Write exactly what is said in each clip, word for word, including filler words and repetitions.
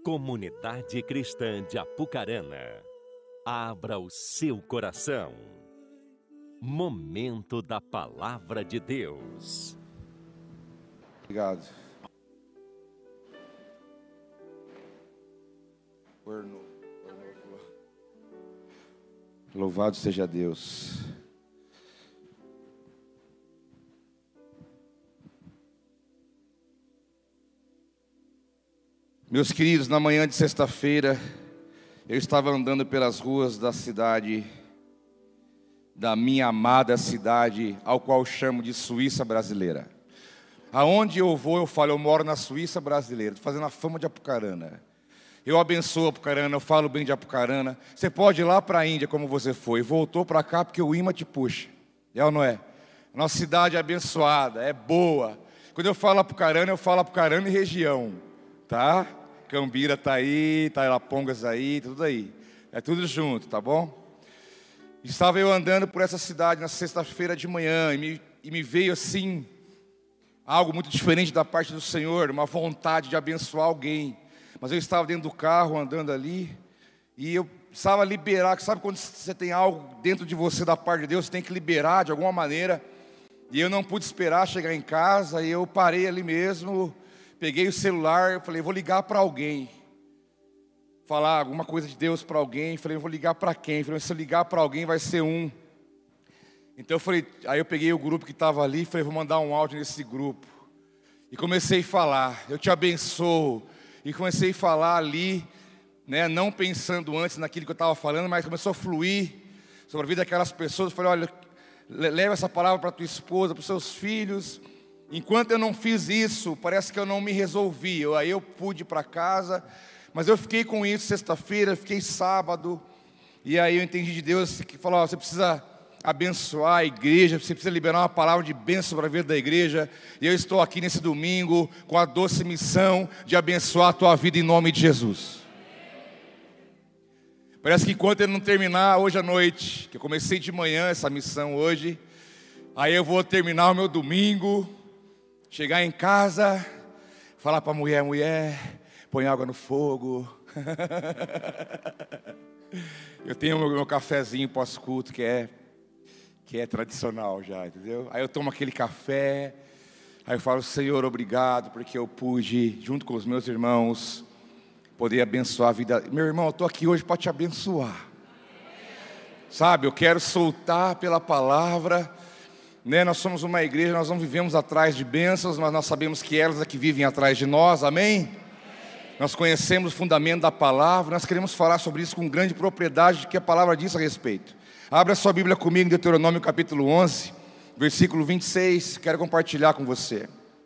Comunidade Cristã de Apucarana, abra o seu coração. Momento da Palavra de Deus. Obrigado. Louvado seja Deus. Meus queridos, na manhã de sexta-feira, eu estava andando pelas ruas da cidade, da minha amada cidade, ao qual chamo de Suíça brasileira. Aonde eu vou, eu falo, eu moro na Suíça brasileira, estou fazendo a fama de Apucarana. Eu abençoo Apucarana, eu falo bem de Apucarana. Você pode ir lá para a Índia, como você foi, voltou para cá porque o imã te puxa. É ou não é? Nossa cidade é abençoada, é boa. Quando eu falo Apucarana, eu falo Apucarana e região, tá? Cambira está aí, Tarapongas aí, tudo aí. É tudo junto, tá bom? Estava eu andando por essa cidade na sexta-feira de manhã e me, e me veio assim, algo muito diferente da parte do Senhor, uma vontade de abençoar alguém. Mas eu estava dentro do carro, andando ali, e eu precisava liberar, sabe quando você tem algo dentro de você da parte de Deus, você tem que liberar de alguma maneira. E eu não pude esperar chegar em casa, e eu parei ali mesmo, peguei o celular, eu falei, vou ligar para alguém. Falar alguma coisa de Deus para alguém, falei, vou ligar para quem? Falei, se eu ligar para alguém vai ser um. Então eu falei, aí eu peguei o grupo que estava ali, falei, vou mandar um áudio nesse grupo. E comecei a falar, eu te abençoo. E comecei a falar ali, né, não pensando antes naquilo que eu estava falando, mas começou a fluir sobre a vida daquelas pessoas. Eu falei, olha, leva essa palavra para tua esposa, para os seus filhos. Enquanto eu não fiz isso, parece que eu não me resolvi. Eu, aí eu pude ir para casa, mas eu fiquei com isso sexta-feira, fiquei sábado. E aí eu entendi de Deus que falou, ó, você precisa abençoar a igreja, você precisa liberar uma palavra de bênção para a vida da igreja. E eu estou aqui nesse domingo com a doce missão de abençoar a tua vida em nome de Jesus. Parece que enquanto eu não terminar hoje à noite, que eu comecei de manhã essa missão hoje, aí eu vou terminar o meu domingo, chegar em casa, falar para a mulher, mulher, põe água no fogo. Eu tenho o meu, meu cafezinho pós-culto que é que é tradicional já, entendeu? Aí eu tomo aquele café, aí eu falo, Senhor, obrigado, porque eu pude, junto com os meus irmãos, poder abençoar a vida. Meu irmão, eu estou aqui hoje para te abençoar. Sabe, eu quero soltar pela palavra, né? Nós somos uma igreja, nós não vivemos atrás de bênçãos, mas nós sabemos que elas é que vivem atrás de nós, amém? Nós conhecemos o fundamento da palavra, nós queremos falar sobre isso com grande propriedade, de que a palavra diz a respeito. Abra sua Bíblia comigo em Deuteronômio capítulo onze, versículo vinte e seis, quero compartilhar com você.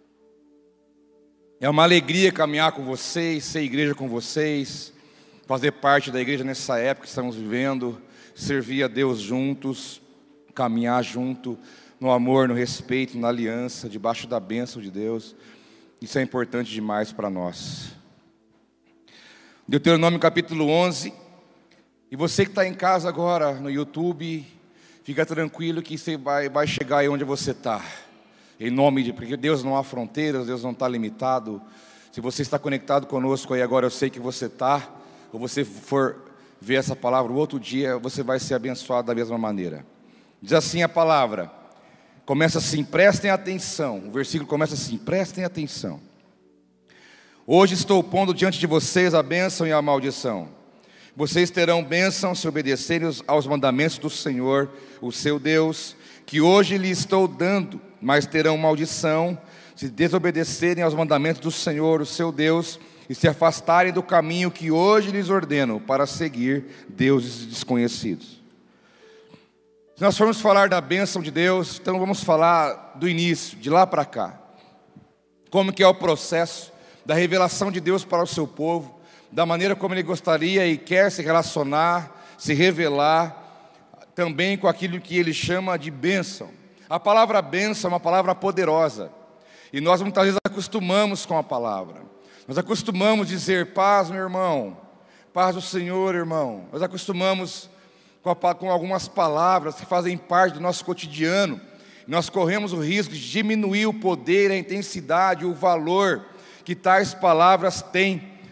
É uma alegria caminhar com vocês, ser igreja com vocês, fazer parte da igreja nessa época que estamos vivendo, servir a Deus juntos, caminhar junto, no amor, no respeito, na aliança, debaixo da bênção de Deus. Isso é importante demais para nós. Deuteronômio capítulo onze. E você que está em casa agora, no YouTube, fica tranquilo que você vai, vai chegar aí onde você está. Em nome de... Porque Deus não há fronteiras, Deus não está limitado. Se você está conectado conosco aí agora, eu sei que você está. Ou você for ver essa palavra o outro dia, você vai ser abençoado da mesma maneira. Diz assim a palavra. Começa assim, prestem atenção. O versículo começa assim, prestem atenção. Hoje estou pondo diante de vocês a bênção e a maldição. Vocês terão bênção se obedecerem aos mandamentos do Senhor, o seu Deus, que hoje lhes estou dando, mas terão maldição se desobedecerem aos mandamentos do Senhor, o seu Deus, e se afastarem do caminho que hoje lhes ordeno para seguir deuses desconhecidos. Se nós formos falar da bênção de Deus, então vamos falar do início, de lá para cá. Como que é o processo da revelação de Deus para o seu povo, da maneira como Ele gostaria e quer se relacionar, se revelar, também com aquilo que Ele chama de bênção. A palavra bênção é uma palavra poderosa, e nós muitas vezes acostumamos com a palavra. Nós acostumamos dizer, paz, meu irmão, paz do Senhor, irmão. Nós acostumamos com, a, com algumas palavras que fazem parte do nosso cotidiano. Nós corremos o risco de diminuir o poder, a intensidade, o valor que tais palavras têm.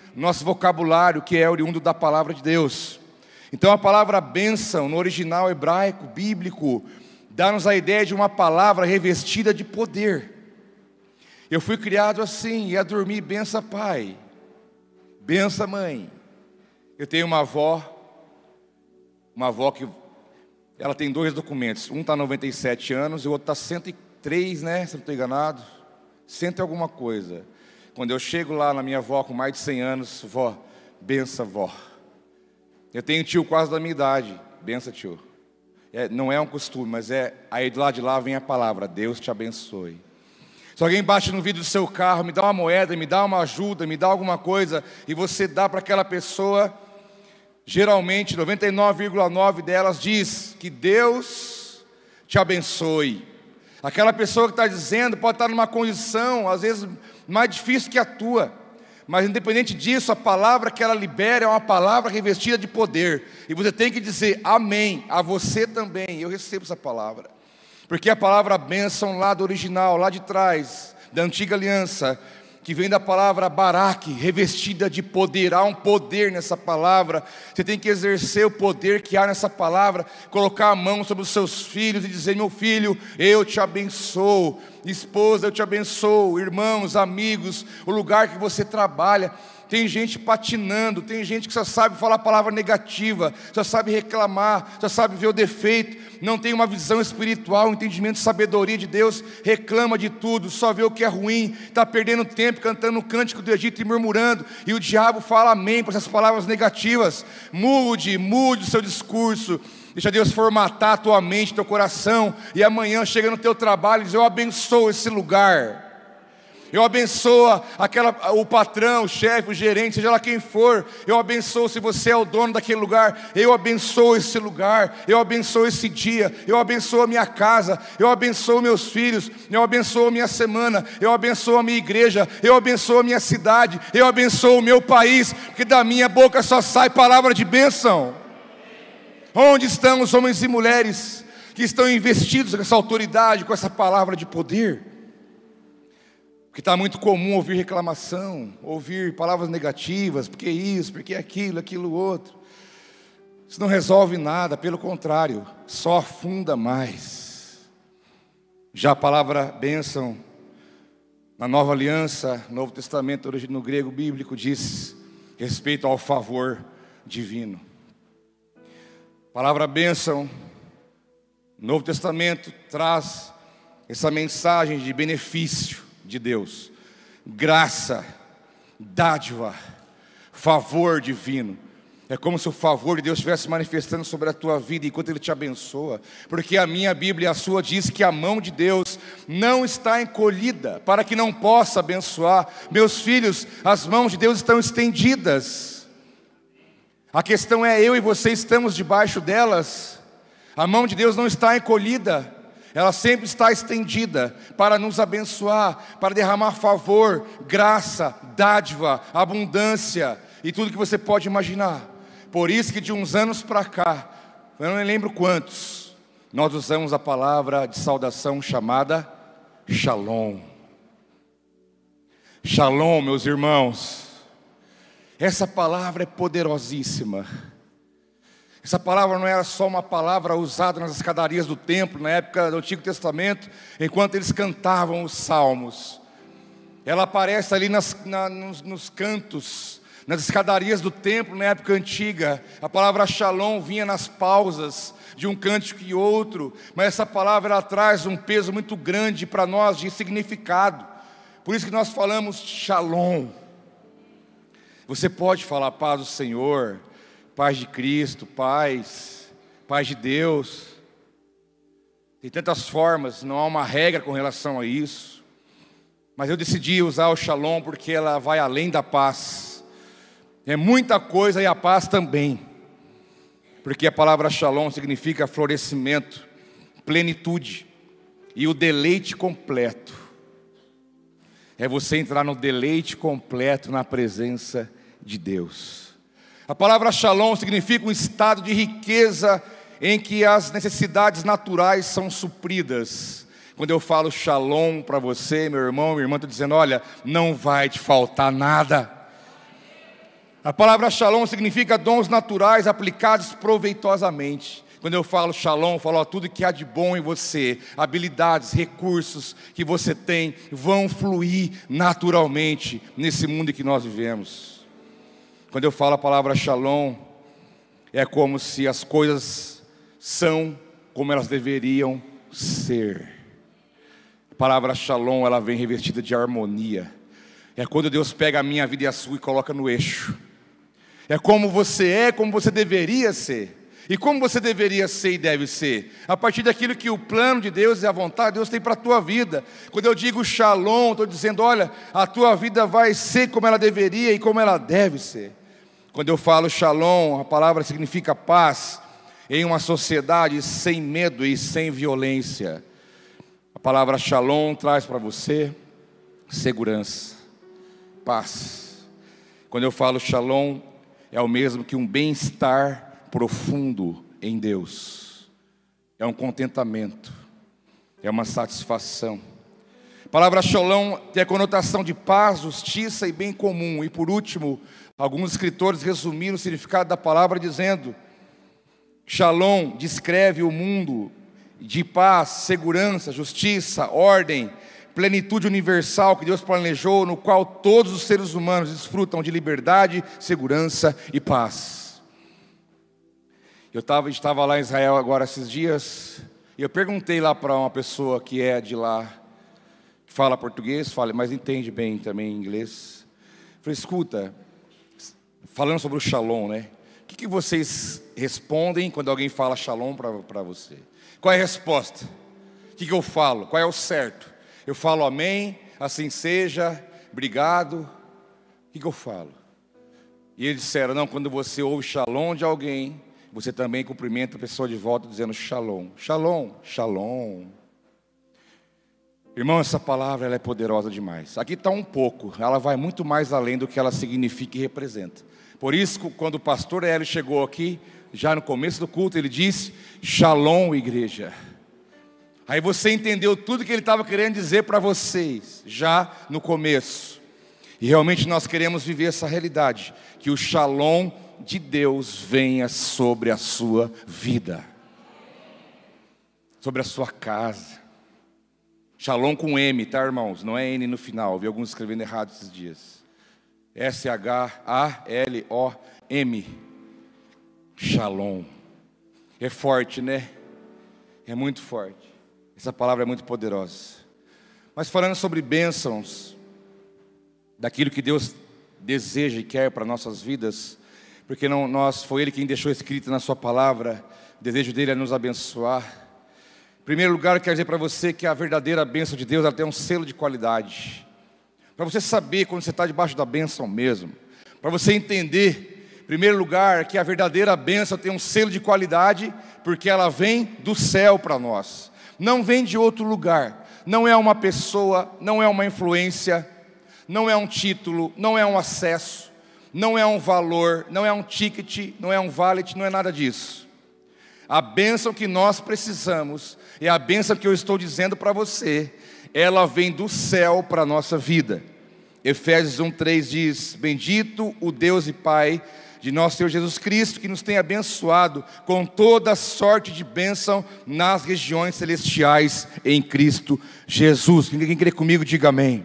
nosso vocabulário, que é oriundo da palavra de Deus. Então a palavra bênção, no original hebraico, bíblico, dá-nos a ideia de uma palavra revestida de poder. Eu fui criado assim, ia dormir, bença pai, bença mãe. Eu tenho uma avó, uma avó que ela tem dois documentos, um está noventa e sete anos e o outro está cento e três, né, se não estou enganado, cento e alguma coisa. Quando eu chego lá na minha avó com mais de cem anos, vó, bença vó. Eu tenho um tio quase da minha idade, bença tio. É, não é um costume, mas é, aí do lado de lá vem a palavra, Deus te abençoe. Se alguém bate no vidro do seu carro, me dá uma moeda, me dá uma ajuda, me dá alguma coisa, e você dá para aquela pessoa, geralmente noventa e nove vírgula nove delas diz que Deus te abençoe. Aquela pessoa que está dizendo pode estar numa condição, às vezes, mais difícil que a tua, mas independente disso, a palavra que ela libera é uma palavra revestida de poder, e você tem que dizer amém, a você também. Eu recebo essa palavra, porque a palavra bênção lá do original, lá de trás, da antiga aliança, que vem da palavra baraque, revestida de poder. Há um poder nessa palavra. Você tem que exercer o poder que há nessa palavra, colocar a mão sobre os seus filhos e dizer: meu filho, eu te abençoo, esposa, eu te abençoo, irmãos, amigos, o lugar que você trabalha. Tem gente patinando, tem gente que só sabe falar palavra negativa, só sabe reclamar, só sabe ver o defeito, não tem uma visão espiritual, um entendimento de sabedoria de Deus, reclama de tudo, só vê o que é ruim, está perdendo tempo cantando o cântico do Egito e murmurando, e o diabo fala amém para essas palavras negativas. Mude, mude o seu discurso, deixa Deus formatar a tua mente, teu coração, e amanhã chega no teu trabalho e diz: eu abençoo esse lugar. Eu abençoo aquela, o patrão, o chefe, o gerente, seja lá quem for. Eu abençoo se você é o dono daquele lugar. Eu abençoo esse lugar. Eu abençoo esse dia. Eu abençoo a minha casa. Eu abençoo meus filhos. Eu abençoo a minha semana. Eu abençoo a minha igreja. Eu abençoo a minha cidade. Eu abençoo o meu país. Porque da minha boca só sai palavra de bênção. Onde estão os homens e mulheres que estão investidos com essa autoridade, com essa palavra de poder? Porque está muito comum ouvir reclamação, ouvir palavras negativas, porque isso, porque aquilo, aquilo outro. Isso não resolve nada, pelo contrário, só afunda mais. Já a palavra bênção, na Nova Aliança, Novo Testamento, no grego bíblico, diz respeito ao favor divino. A palavra bênção, Novo Testamento, traz essa mensagem de benefício de Deus, graça, dádiva, favor divino. É como se o favor de Deus estivesse manifestando sobre a tua vida enquanto Ele te abençoa, porque a minha Bíblia e a sua diz que a mão de Deus não está encolhida para que não possa abençoar. Meus filhos, as mãos de Deus estão estendidas. A questão é, eu e você estamos debaixo delas. A mão de Deus não está encolhida, ela sempre está estendida para nos abençoar, para derramar favor, graça, dádiva, abundância e tudo que você pode imaginar. Por isso que de uns anos para cá, eu não lembro quantos, nós usamos a palavra de saudação chamada Shalom. Shalom, meus irmãos. Essa palavra é poderosíssima. Essa palavra não era só uma palavra usada nas escadarias do templo, na época do Antigo Testamento, enquanto eles cantavam os salmos. Ela aparece ali nas, na, nos, nos cantos, nas escadarias do templo, na época antiga. A palavra Shalom vinha nas pausas de um cântico e outro, mas essa palavra ela traz um peso muito grande para nós de significado. Por isso que nós falamos Shalom. Você pode falar paz do Senhor, paz de Cristo, paz, paz de Deus. Tem tantas formas, não há uma regra com relação a isso. Mas eu decidi usar o Shalom porque ela vai além da paz. É muita coisa e a paz também. Porque a palavra Shalom significa florescimento, plenitude e o deleite completo. É você entrar no deleite completo na presença de Deus. A palavra Shalom significa um estado de riqueza em que as necessidades naturais são supridas. Quando eu falo Shalom para você, meu irmão, minha irmã, estou dizendo: olha, não vai te faltar nada. A palavra shalom significa dons naturais aplicados proveitosamente. Quando eu falo shalom, eu falo ó, tudo que há de bom em você, habilidades, recursos que você tem, vão fluir naturalmente nesse mundo em que nós vivemos. Quando eu falo a palavra shalom, é como se as coisas são como elas deveriam ser. A palavra shalom, ela vem revestida de harmonia. É quando Deus pega a minha vida e a sua e coloca no eixo. É como você é, como você deveria ser. E como você deveria ser e deve ser? A partir daquilo que o plano de Deus e a vontade de Deus tem para a tua vida. Quando eu digo shalom, estou dizendo, olha, a tua vida vai ser como ela deveria e como ela deve ser. Quando eu falo shalom, a palavra significa paz em uma sociedade sem medo e sem violência. A palavra shalom traz para você segurança, paz. Quando eu falo shalom, é o mesmo que um bem-estar profundo em Deus. É um contentamento, é uma satisfação. A palavra shalom tem a conotação de paz, justiça e bem comum. E por último, alguns escritores resumiram o significado da palavra dizendo: shalom descreve o mundo de paz, segurança, justiça, ordem, plenitude universal que Deus planejou, no qual todos os seres humanos desfrutam de liberdade, segurança e paz. Eu tava, estava lá em Israel agora esses dias, e eu perguntei lá para uma pessoa que é de lá, que fala português, fala, mas entende bem também inglês. Falei, escuta, falando sobre o shalom, né? O que, que vocês respondem quando alguém fala shalom para você? Qual é a resposta? O que, que eu falo? Qual é o certo? Eu falo amém, assim seja, obrigado. O que, que eu falo? E eles disseram, não, quando você ouve shalom de alguém, você também cumprimenta a pessoa de volta dizendo shalom, shalom, shalom. Irmão, essa palavra ela é poderosa demais. Aqui está um pouco, ela vai muito mais além do que ela significa e representa. Por isso, quando o pastor Hélio chegou aqui, já no começo do culto, ele disse, shalom, igreja. Aí você entendeu tudo que ele estava querendo dizer para vocês, já no começo. E realmente nós queremos viver essa realidade, que o shalom de Deus venha sobre a sua vida, sobre a sua casa. Shalom com M, tá, irmãos? Não é N no final, vi alguns escrevendo errado esses dias. S H A L O M. Shalom. É forte, né? É muito forte. Essa palavra é muito poderosa. Mas falando sobre bênçãos, daquilo que Deus deseja e quer para nossas vidas, porque não, nós, foi Ele quem deixou escrito na sua palavra, o desejo dele é nos abençoar. Em primeiro lugar, eu quero dizer para você que a verdadeira bênção de Deus, ela tem um selo de qualidade. Para você saber quando você está debaixo da bênção mesmo. Para você entender, em primeiro lugar, que a verdadeira bênção tem um selo de qualidade, porque ela vem do céu para nós. Não vem de outro lugar. Não é uma pessoa, não é uma influência, não é um título, não é um acesso, não é um valor, não é um ticket, não é um valet, não é nada disso. A bênção que nós precisamos, e a bênção que eu estou dizendo para você, ela vem do céu para a nossa vida. Efésios um, três diz, bendito o Deus e Pai de nosso Senhor Jesus Cristo, que nos tem abençoado com toda sorte de bênção nas regiões celestiais em Cristo Jesus. Quem crê comigo, diga amém.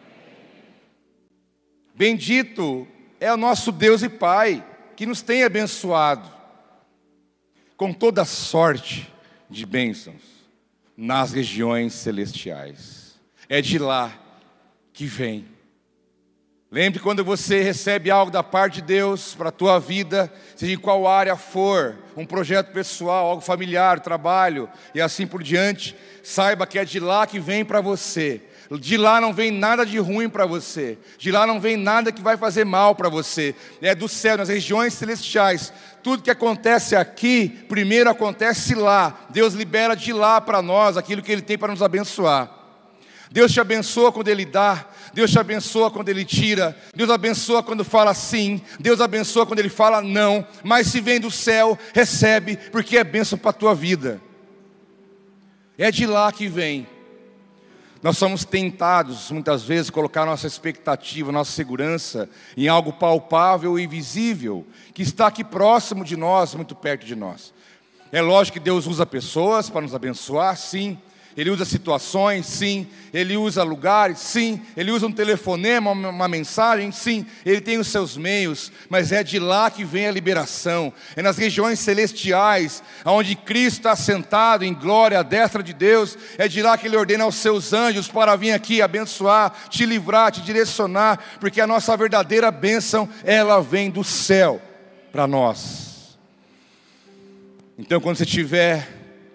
Bendito é o nosso Deus e Pai, que nos tem abençoado com toda sorte de bênçãos nas regiões celestiais. É de lá que vem. Lembre quando você recebe algo da parte de Deus para a tua vida, seja em qual área for, um projeto pessoal, algo familiar, trabalho e assim por diante, saiba que é de lá que vem para você. De lá não vem nada de ruim para você. De lá não vem nada que vai fazer mal para você. É do céu, nas regiões celestiais. Tudo que acontece aqui, primeiro acontece lá. Deus libera de lá para nós aquilo que Ele tem para nos abençoar. Deus te abençoa quando Ele dá. Deus te abençoa quando Ele tira. Deus abençoa quando fala sim. Deus abençoa quando Ele fala não. Mas se vem do céu, recebe, porque é bênção para a tua vida. É de lá que vem. Nós somos tentados, muitas vezes, colocar nossa expectativa, nossa segurança em algo palpável e visível, que está aqui próximo de nós, muito perto de nós. É lógico que Deus usa pessoas para nos abençoar, sim. Ele usa situações, sim. Ele usa lugares, sim. Ele usa um telefonema, uma, uma mensagem, sim. Ele tem os seus meios, mas é de lá que vem a liberação. É nas regiões celestiais, onde Cristo está sentado em glória à destra de Deus. É de lá que Ele ordena aos seus anjos para vir aqui abençoar, te livrar, te direcionar, porque a nossa verdadeira bênção, ela vem do céu para nós. Então, quando você estiver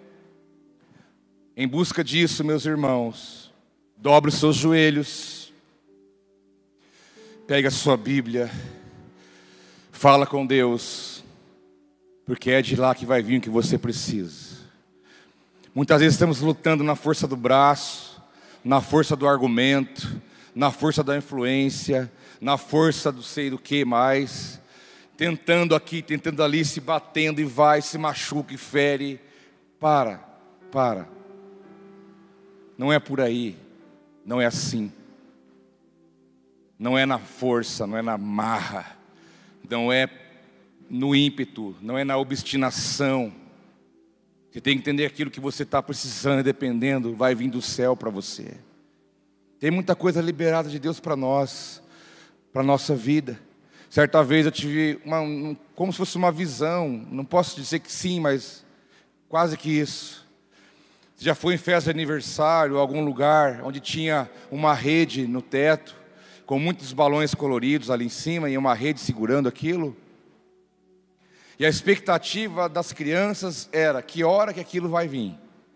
em busca disso, meus irmãos, dobre os seus joelhos, pegue a sua Bíblia, fala com Deus, porque é de lá que vai vir o que você precisa. Muitas vezes estamos lutando na força do braço, na força do argumento, na força da influência, na força do sei do que mais, tentando aqui, tentando ali, se batendo e vai, se machuca e fere. Para, para. Não é por aí, não é assim. Não é na força, não é na marra, não é no ímpeto, não é na obstinação. Você tem que entender aquilo que você está precisando e dependendo, vai vir do céu para você. Tem muita coisa liberada de Deus para nós, para a nossa vida. Certa vez eu tive uma, um, como se fosse uma visão, não posso dizer que sim, mas quase que isso. Você já foi em festa de aniversário, algum lugar onde tinha uma rede no teto, com muitos balões coloridos ali em cima e uma rede segurando aquilo? E a expectativa das crianças era, que hora que aquilo vai vir?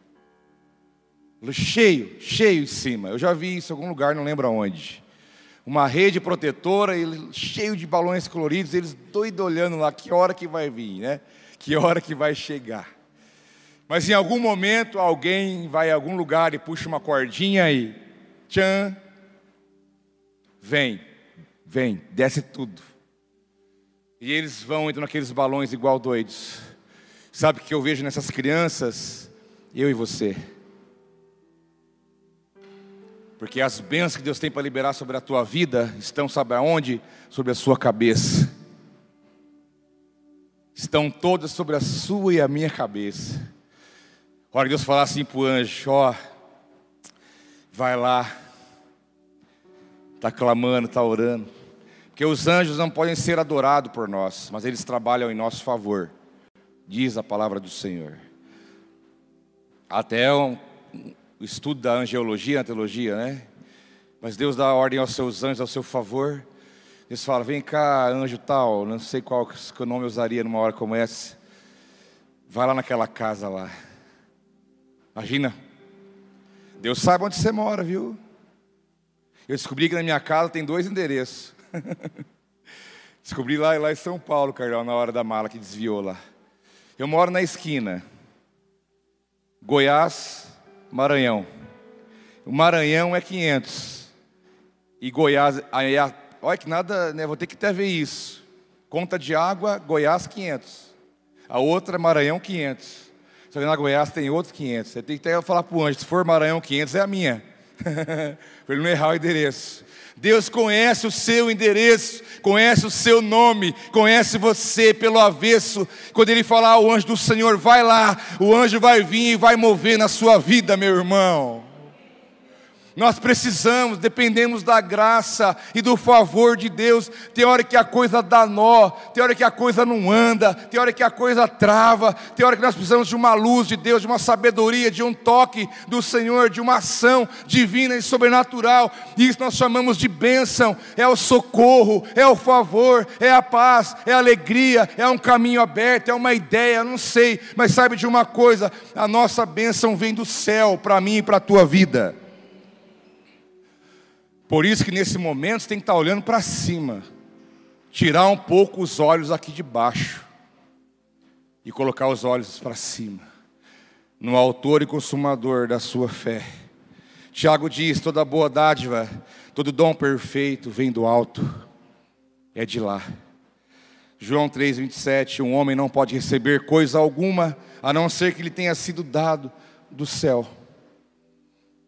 Cheio, cheio em cima. Eu já vi isso em algum lugar, não lembro aonde. Uma rede protetora, e cheio de balões coloridos, eles doido olhando lá, que hora que vai vir, né? Que hora que vai chegar? Mas em algum momento alguém vai a algum lugar e puxa uma cordinha e tchan, vem, vem, desce tudo. E eles vão entrando naqueles balões igual doidos. Sabe o que eu vejo nessas crianças? Eu e você. Porque as bênçãos que Deus tem para liberar sobre a tua vida estão, sabe aonde? Sobre a sua cabeça. Estão todas sobre a sua e a minha cabeça. A hora que Deus falar assim para o anjo, ó, vai lá, está clamando, está orando. Porque os anjos não podem ser adorados por nós, mas eles trabalham em nosso favor, diz a palavra do Senhor. Até um, o estudo da angeologia, na teologia, né? Mas Deus dá ordem aos seus anjos, ao seu favor. Eles falam, vem cá, anjo tal, não sei qual que o nome eu usaria numa hora como essa. Vai lá naquela casa lá. Imagina, Deus sabe onde você mora, viu? Eu descobri que na minha casa tem dois endereços. Descobri lá, lá em São Paulo, Carlão, na hora da mala que desviou lá. Eu moro na esquina, Goiás, Maranhão. O Maranhão é quinhentos. E Goiás, aí, olha que nada, né? Vou ter que até ver isso. Conta de água, Goiás, quinhentos. A outra, Maranhão, quinhentos. Só que na Goiás tem outros quinhentos. Você tem que até falar para o anjo, se for Maranhão quinhentos, é a minha. Para ele não errar o endereço. Deus conhece o seu endereço, conhece o seu nome, conhece você pelo avesso. Quando Ele falar, o anjo do Senhor, vai lá, o anjo vai vir e vai mover na sua vida, meu irmão. Nós precisamos, dependemos da graça e do favor de Deus. Tem hora que a coisa dá nó, tem hora que a coisa não anda, tem hora que a coisa trava, tem hora que nós precisamos de uma luz de Deus, de uma sabedoria, de um toque do Senhor, de uma ação divina e sobrenatural. E isso nós chamamos de bênção, é o socorro, é o favor, é a paz, é a alegria, é um caminho aberto, é uma ideia, não sei. Mas saiba de uma coisa, a nossa bênção vem do céu para mim e para a tua vida. Por isso que nesse momento você tem que estar olhando para cima. Tirar um pouco os olhos aqui de baixo. E colocar os olhos para cima. No autor e consumador da sua fé. Tiago diz, toda boa dádiva, todo dom perfeito vem do alto. É de lá. João três, vinte e sete, um homem não pode receber coisa alguma, a não ser que lhe tenha sido dado do céu.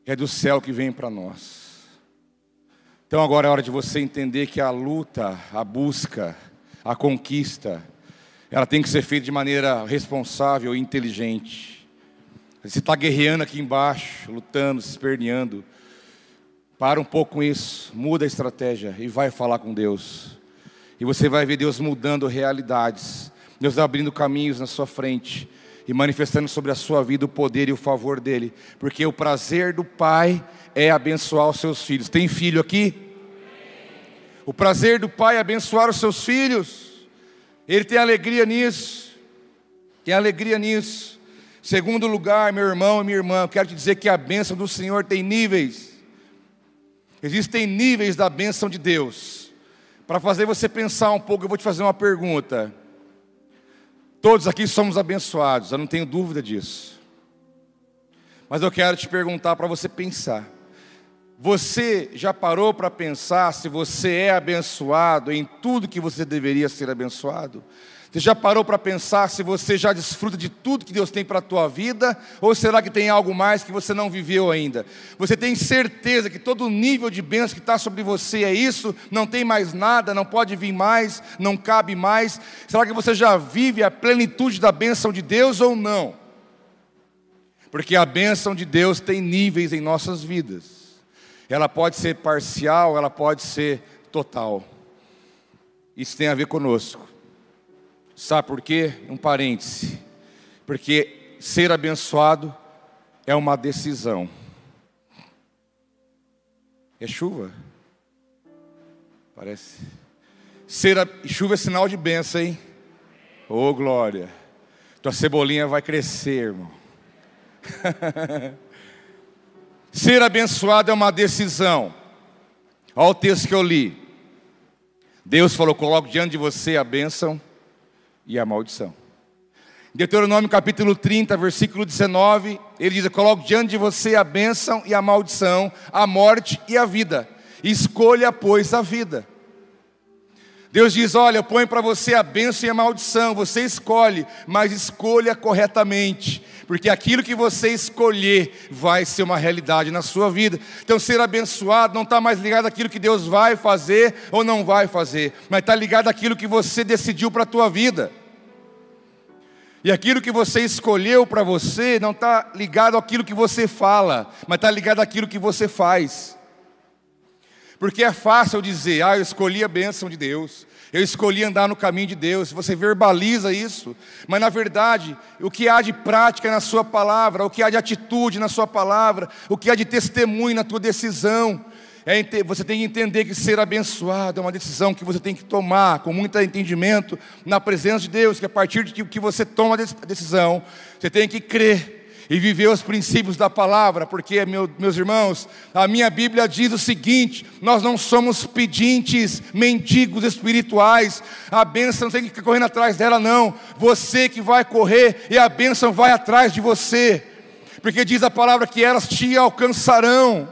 é do céu que vem para nós. Então agora é hora de você entender que a luta, a busca, a conquista, ela tem que ser feita de maneira responsável e inteligente. Você está guerreando aqui embaixo, lutando, se esperneando. Para um pouco com isso, muda a estratégia e vai falar com Deus. E você vai ver Deus mudando realidades, Deus abrindo caminhos na sua frente e manifestando sobre a sua vida o poder e o favor dEle. Porque o prazer do Pai é abençoar os seus filhos. Tem filho aqui? O prazer do Pai é abençoar os seus filhos. Ele tem alegria nisso. Tem alegria nisso. Segundo lugar, meu irmão e minha irmã, eu quero te dizer que a bênção do Senhor tem níveis. Existem níveis da bênção de Deus. Para fazer você pensar um pouco, eu vou te fazer uma pergunta. Todos aqui somos abençoados, eu não tenho dúvida disso. Mas eu quero te perguntar para você pensar. Você já parou para pensar se você é abençoado em tudo que você deveria ser abençoado? Você já parou para pensar se você já desfruta de tudo que Deus tem para a tua vida? Ou será que tem algo mais que você não viveu ainda? Você tem certeza que todo o nível de bênção que está sobre você é isso? Não tem mais nada, não pode vir mais, não cabe mais? Será que você já vive a plenitude da bênção de Deus ou não? Porque a bênção de Deus tem níveis em nossas vidas. Ela pode ser parcial, ela pode ser total. Isso tem a ver conosco. Sabe por quê? Um parêntese. Porque ser abençoado é uma decisão. É chuva? Parece. Ser a... Chuva é sinal de bênção, hein? Ô, glória. Tua cebolinha vai crescer, irmão. Ser abençoado é uma decisão. Olha o texto que eu li. Deus falou: coloco diante de você a bênção e a maldição. Deuteronômio capítulo trinta, versículo dezenove, ele diz: coloco diante de você a bênção e a maldição, a morte e a vida. Escolha, pois, a vida. Deus diz: olha, eu ponho para você a bênção e a maldição, você escolhe, mas escolha corretamente, porque aquilo que você escolher vai ser uma realidade na sua vida. Então ser abençoado não está mais ligado àquilo que Deus vai fazer ou não vai fazer, mas está ligado àquilo que você decidiu para a tua vida. E aquilo que você escolheu para você não está ligado àquilo que você fala, mas está ligado àquilo que você faz. Porque é fácil dizer: ah, eu escolhi a bênção de Deus, eu escolhi andar no caminho de Deus. Você verbaliza isso, mas na verdade, o que há de prática na sua palavra, o que há de atitude na sua palavra, o que há de testemunho na tua decisão, é, você tem que entender que ser abençoado é uma decisão que você tem que tomar com muito entendimento na presença de Deus, que a partir de que você toma a decisão, você tem que crer e viver os princípios da palavra. Porque, meu, meus irmãos, a minha Bíblia diz o seguinte: nós não somos pedintes, mendigos espirituais. A bênção não tem que ficar correndo atrás dela, não. Você que vai correr e a bênção vai atrás de você. Porque diz a palavra que elas te alcançarão.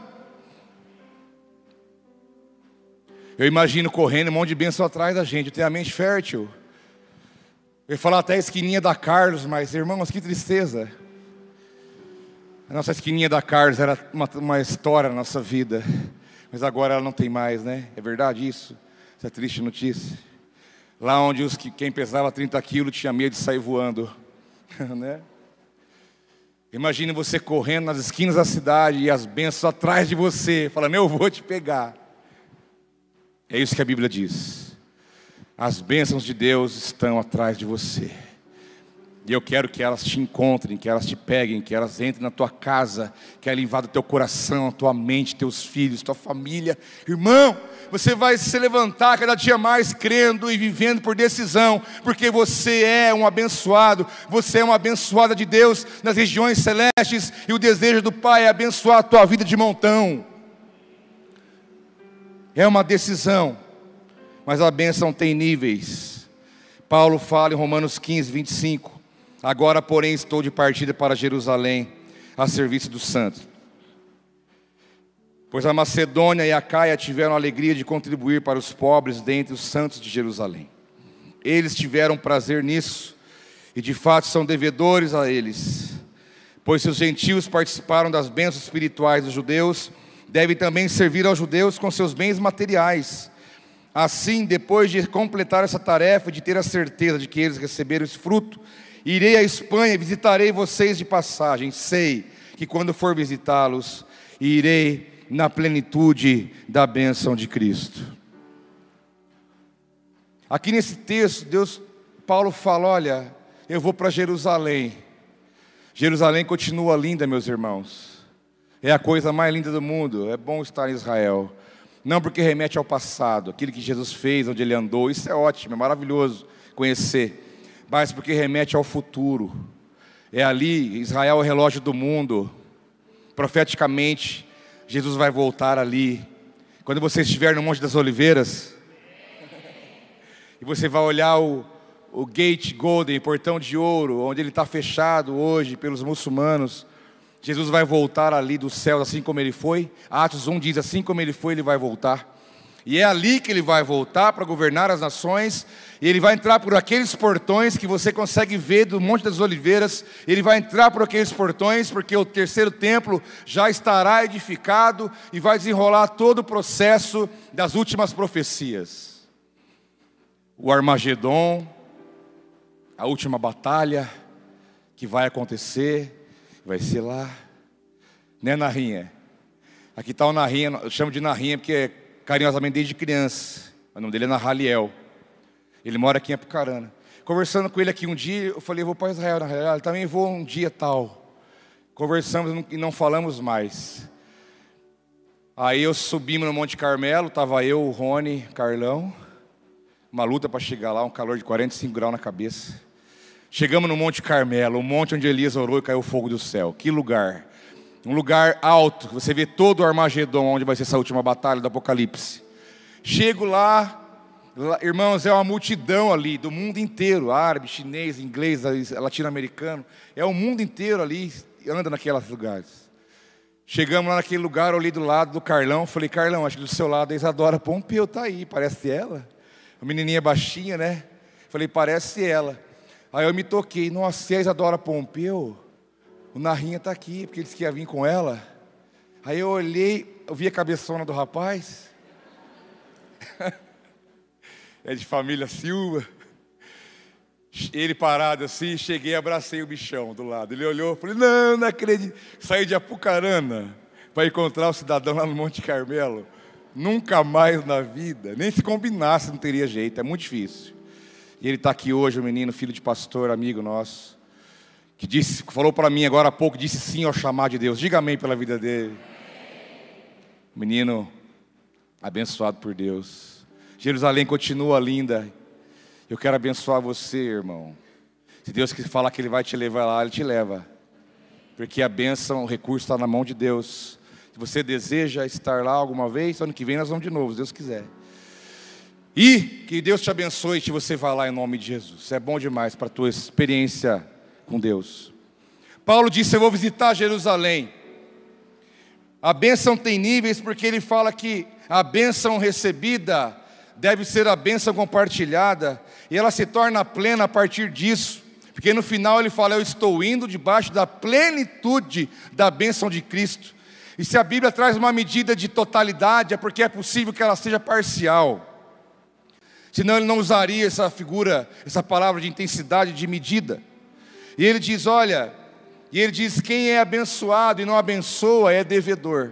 Eu imagino correndo um monte de bênção atrás da gente. Eu tenho a mente fértil. Eu ia falar até a esquininha da Carlos, mas irmãos, que tristeza. A nossa esquininha da Carlos era uma, uma história na nossa vida, mas agora ela não tem mais, né? É verdade isso? Essa triste notícia. Lá onde os que, quem pesava trinta quilos tinha medo de sair voando, né? Imagine você correndo nas esquinas da cidade e as bênçãos atrás de você, falando: eu vou te pegar. É isso que a Bíblia diz. As bênçãos de Deus estão atrás de você. E eu quero que elas te encontrem, que elas te peguem, que elas entrem na tua casa, que ela invada o teu coração, a tua mente, teus filhos, tua família. Irmão, você vai se levantar cada dia mais crendo e vivendo por decisão, porque você é um abençoado, você é uma abençoada de Deus nas regiões celestes, e o desejo do Pai é abençoar a tua vida de montão. É uma decisão, mas a bênção tem níveis. Paulo fala em Romanos quinze, vinte e cinco. Agora, porém, estou de partida para Jerusalém, a serviço dos santos. Pois a Macedônia e a Caia tiveram a alegria de contribuir para os pobres dentre os santos de Jerusalém. Eles tiveram prazer nisso, e de fato são devedores a eles. Pois se os gentios participaram das bênçãos espirituais dos judeus, devem também servir aos judeus com seus bens materiais. Assim, depois de completar essa tarefa, de ter a certeza de que eles receberam esse fruto, irei à Espanha e visitarei vocês de passagem. Sei que quando for visitá-los, irei na plenitude da bênção de Cristo. Aqui nesse texto, Deus, Paulo fala, olha, eu vou para Jerusalém. Jerusalém continua linda, meus irmãos. É a coisa mais linda do mundo. É bom estar em Israel. Não porque remete ao passado, aquilo que Jesus fez, onde Ele andou. Isso é ótimo, é maravilhoso conhecer. Mas porque remete ao futuro. É ali, Israel é o relógio do mundo. Profeticamente, Jesus vai voltar ali. Quando você estiver no Monte das Oliveiras, e você vai olhar o, o Gate Golden, portão de ouro, onde ele está fechado hoje pelos muçulmanos, Jesus vai voltar ali do céu, assim como Ele foi. Atos um diz, assim como Ele foi, Ele vai voltar. E é ali que Ele vai voltar para governar as nações. E Ele vai entrar por aqueles portões que você consegue ver do Monte das Oliveiras. Ele vai entrar por aqueles portões, porque o terceiro templo já estará edificado e vai desenrolar todo o processo das últimas profecias. O Armagedon, a última batalha que vai acontecer, vai ser lá, né, Narrinha? Aqui está o Narrinha, eu chamo de Narrinha porque é carinhosamente desde criança. O nome dele é Nahaliel. Ele mora aqui em Apucarana. Conversando com ele aqui um dia, eu falei, eu vou para Israel, Nahaliel, também vou um dia tal. Conversamos e não falamos mais. Aí eu subimos no Monte Carmelo, estava eu, o Rony, Carlão. Uma luta para chegar lá, um calor de quarenta e cinco graus na cabeça. Chegamos no Monte Carmelo, o monte onde Elias orou e caiu fogo do céu. Que lugar! Um lugar alto, você vê todo o Armagedon, onde vai ser essa última batalha do Apocalipse. Chego lá, lá, irmãos, é uma multidão ali, do mundo inteiro, árabe, chinês, inglês, latino-americano. É o mundo inteiro ali, anda naqueles lugares. Chegamos lá naquele lugar, olhei do lado do Carlão, falei, Carlão, acho que do seu lado a Isadora Pompeu está aí, parece ela. A menininha baixinha, né? Falei, parece ela. Aí eu me toquei, nossa, se a Isadora Pompeu, o Narrinha está aqui, porque ele disse que ia vir com ela. Aí eu olhei, eu vi a cabeçona do rapaz. É de família Silva. Ele parado assim, cheguei e abracei o bichão do lado. Ele olhou, falei, não, não acredito. Saí de Apucarana para encontrar o cidadão lá no Monte Carmelo. Nunca mais na vida, nem se combinasse não teria jeito, é muito difícil. E ele está aqui hoje, o menino, filho de pastor, amigo nosso, que disse, falou para mim agora há pouco, disse sim ao chamar de Deus. Diga amém pela vida dele. Menino abençoado por Deus. Jerusalém continua linda. Eu quero abençoar você, irmão. Se Deus que fala que Ele vai te levar lá, Ele te leva. Porque a bênção, o recurso está na mão de Deus. Se você deseja estar lá alguma vez, ano que vem nós vamos de novo, se Deus quiser. E que Deus te abençoe e que você vá lá em nome de Jesus. Isso é bom demais para a tua experiência com Deus. Paulo disse, eu vou visitar Jerusalém. A bênção tem níveis porque ele fala que a bênção recebida deve ser a bênção compartilhada. E ela se torna plena a partir disso. Porque no final ele fala, eu estou indo debaixo da plenitude da bênção de Cristo. E se a Bíblia traz uma medida de totalidade, é porque é possível que ela seja parcial. Senão ele não usaria essa figura, essa palavra de intensidade, de medida. E ele diz, olha, e ele diz, quem é abençoado e não abençoa é devedor.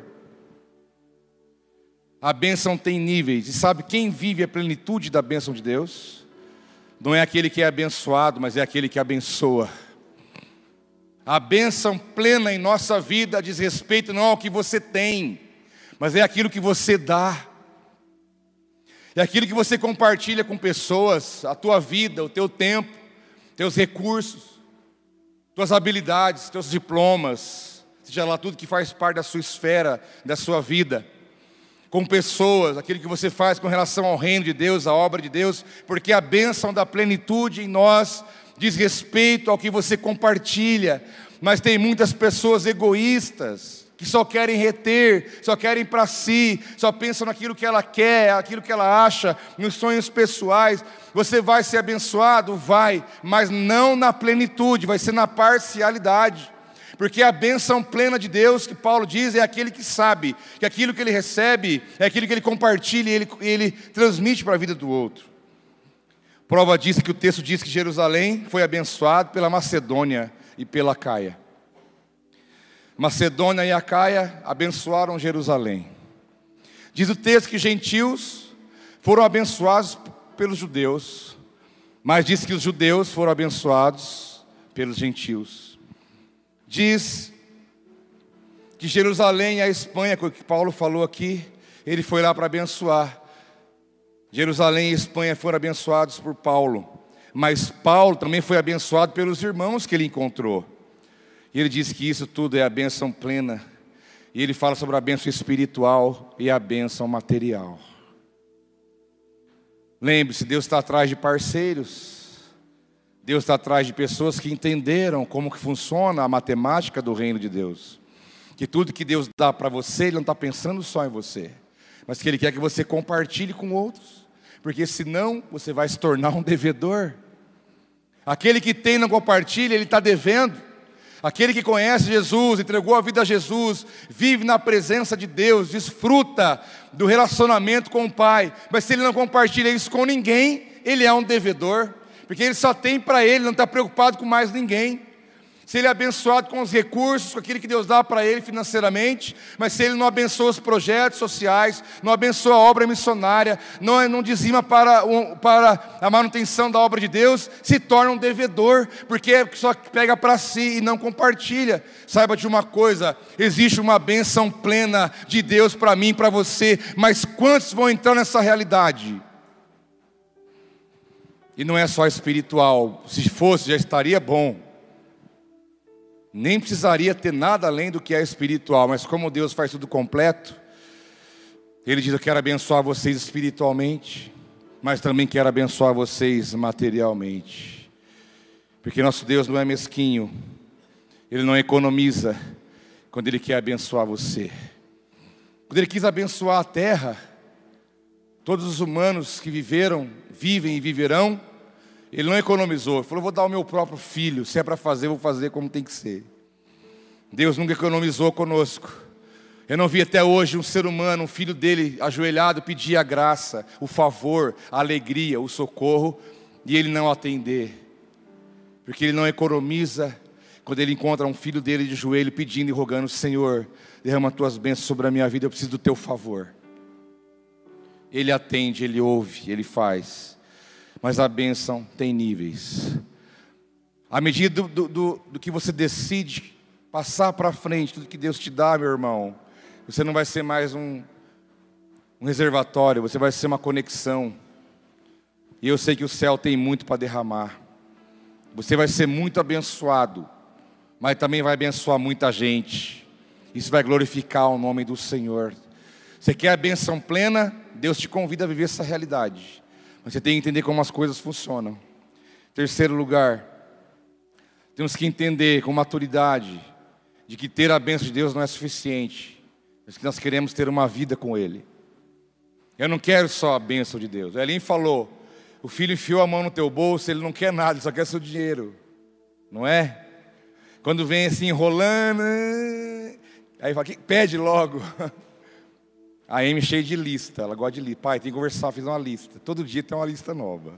A bênção tem níveis, e sabe quem vive a plenitude da bênção de Deus? Não é aquele que é abençoado, mas é aquele que abençoa. A bênção plena em nossa vida diz respeito não ao que você tem, mas é aquilo que você dá. É aquilo que você compartilha com pessoas, a tua vida, o teu tempo, teus recursos, tuas habilidades, teus diplomas, seja lá tudo que faz parte da sua esfera, da sua vida. Com pessoas, aquilo que você faz com relação ao reino de Deus, à obra de Deus, porque a bênção da plenitude em nós diz respeito ao que você compartilha. Mas tem muitas pessoas egoístas, que só querem reter, só querem para si, só pensam naquilo que ela quer, aquilo que ela acha, nos sonhos pessoais. Você vai ser abençoado? Vai, mas não na plenitude, vai ser na parcialidade. Porque a bênção plena de Deus, que Paulo diz, é aquele que sabe que aquilo que ele recebe é aquilo que ele compartilha e ele, ele transmite para a vida do outro. Prova disso é que o texto diz que Jerusalém foi abençoado pela Macedônia e pela Acaia. Macedônia e Acaia abençoaram Jerusalém. Diz o texto que gentios foram abençoados pelos judeus, mas diz que os judeus foram abençoados pelos gentios. Diz que Jerusalém e a Espanha, que Paulo falou aqui, ele foi lá para abençoar. Jerusalém e Espanha foram abençoados por Paulo, mas Paulo também foi abençoado pelos irmãos que ele encontrou. E ele diz que isso tudo é a bênção plena. E ele fala sobre a bênção espiritual e a bênção material. Lembre-se, Deus está atrás de parceiros. Deus está atrás de pessoas que entenderam como que funciona a matemática do reino de Deus. Que tudo que Deus dá para você, Ele não está pensando só em você, mas que Ele quer que você compartilhe com outros. Porque senão você vai se tornar um devedor. Aquele que tem e não compartilha, ele está devendo. Aquele que conhece Jesus, entregou a vida a Jesus, vive na presença de Deus, desfruta do relacionamento com o Pai. Mas se ele não compartilha isso com ninguém, ele é um devedor. Porque ele só tem para ele, não está preocupado com mais ninguém. Se ele é abençoado com os recursos, com aquilo que Deus dá para ele financeiramente, mas se ele não abençoa os projetos sociais, não abençoa a obra missionária, não, não dizima para, para a manutenção da obra de Deus, se torna um devedor, porque só pega para si e não compartilha. Saiba de uma coisa, existe uma bênção plena de Deus para mim e para você, mas quantos vão entrar nessa realidade? E não é só espiritual, se fosse já estaria bom. Nem precisaria ter nada além do que é espiritual, mas como Deus faz tudo completo, Ele diz: eu quero abençoar vocês espiritualmente, mas também quero abençoar vocês materialmente. Porque nosso Deus não é mesquinho, Ele não economiza quando Ele quer abençoar você. Quando Ele quis abençoar a terra, todos os humanos que viveram, vivem e viverão, Ele não economizou. Ele falou: vou dar o meu próprio filho. Se é para fazer, vou fazer como tem que ser. Deus nunca economizou conosco. Eu não vi até hoje um ser humano, um filho dele ajoelhado, pedir a graça, o favor, a alegria, o socorro, e ele não atender. Porque ele não economiza quando ele encontra um filho dele de joelho pedindo e rogando: Senhor, derrama as tuas bênçãos sobre a minha vida, eu preciso do teu favor. Ele atende, ele ouve, ele faz. Mas a bênção tem níveis. À medida do, do, do, do que você decide passar para frente, tudo que Deus te dá, meu irmão, você não vai ser mais um, um reservatório, você vai ser uma conexão. E eu sei que o céu tem muito para derramar. Você vai ser muito abençoado, mas também vai abençoar muita gente. Isso vai glorificar o nome do Senhor. Você quer a bênção plena? Deus te convida a viver essa realidade. Mas você tem que entender como as coisas funcionam. Terceiro lugar, temos que entender com maturidade de que ter a bênção de Deus não é suficiente, mas que nós queremos ter uma vida com Ele. Eu não quero só a bênção de Deus. Elim falou: o filho enfiou a mão no teu bolso, ele não quer nada, ele só quer seu dinheiro. Não é? Quando vem assim enrolando, aí fala: pede logo. A Amy cheia de lista, ela gosta de lista. Pai, tem que conversar, fiz uma lista. Todo dia tem uma lista nova.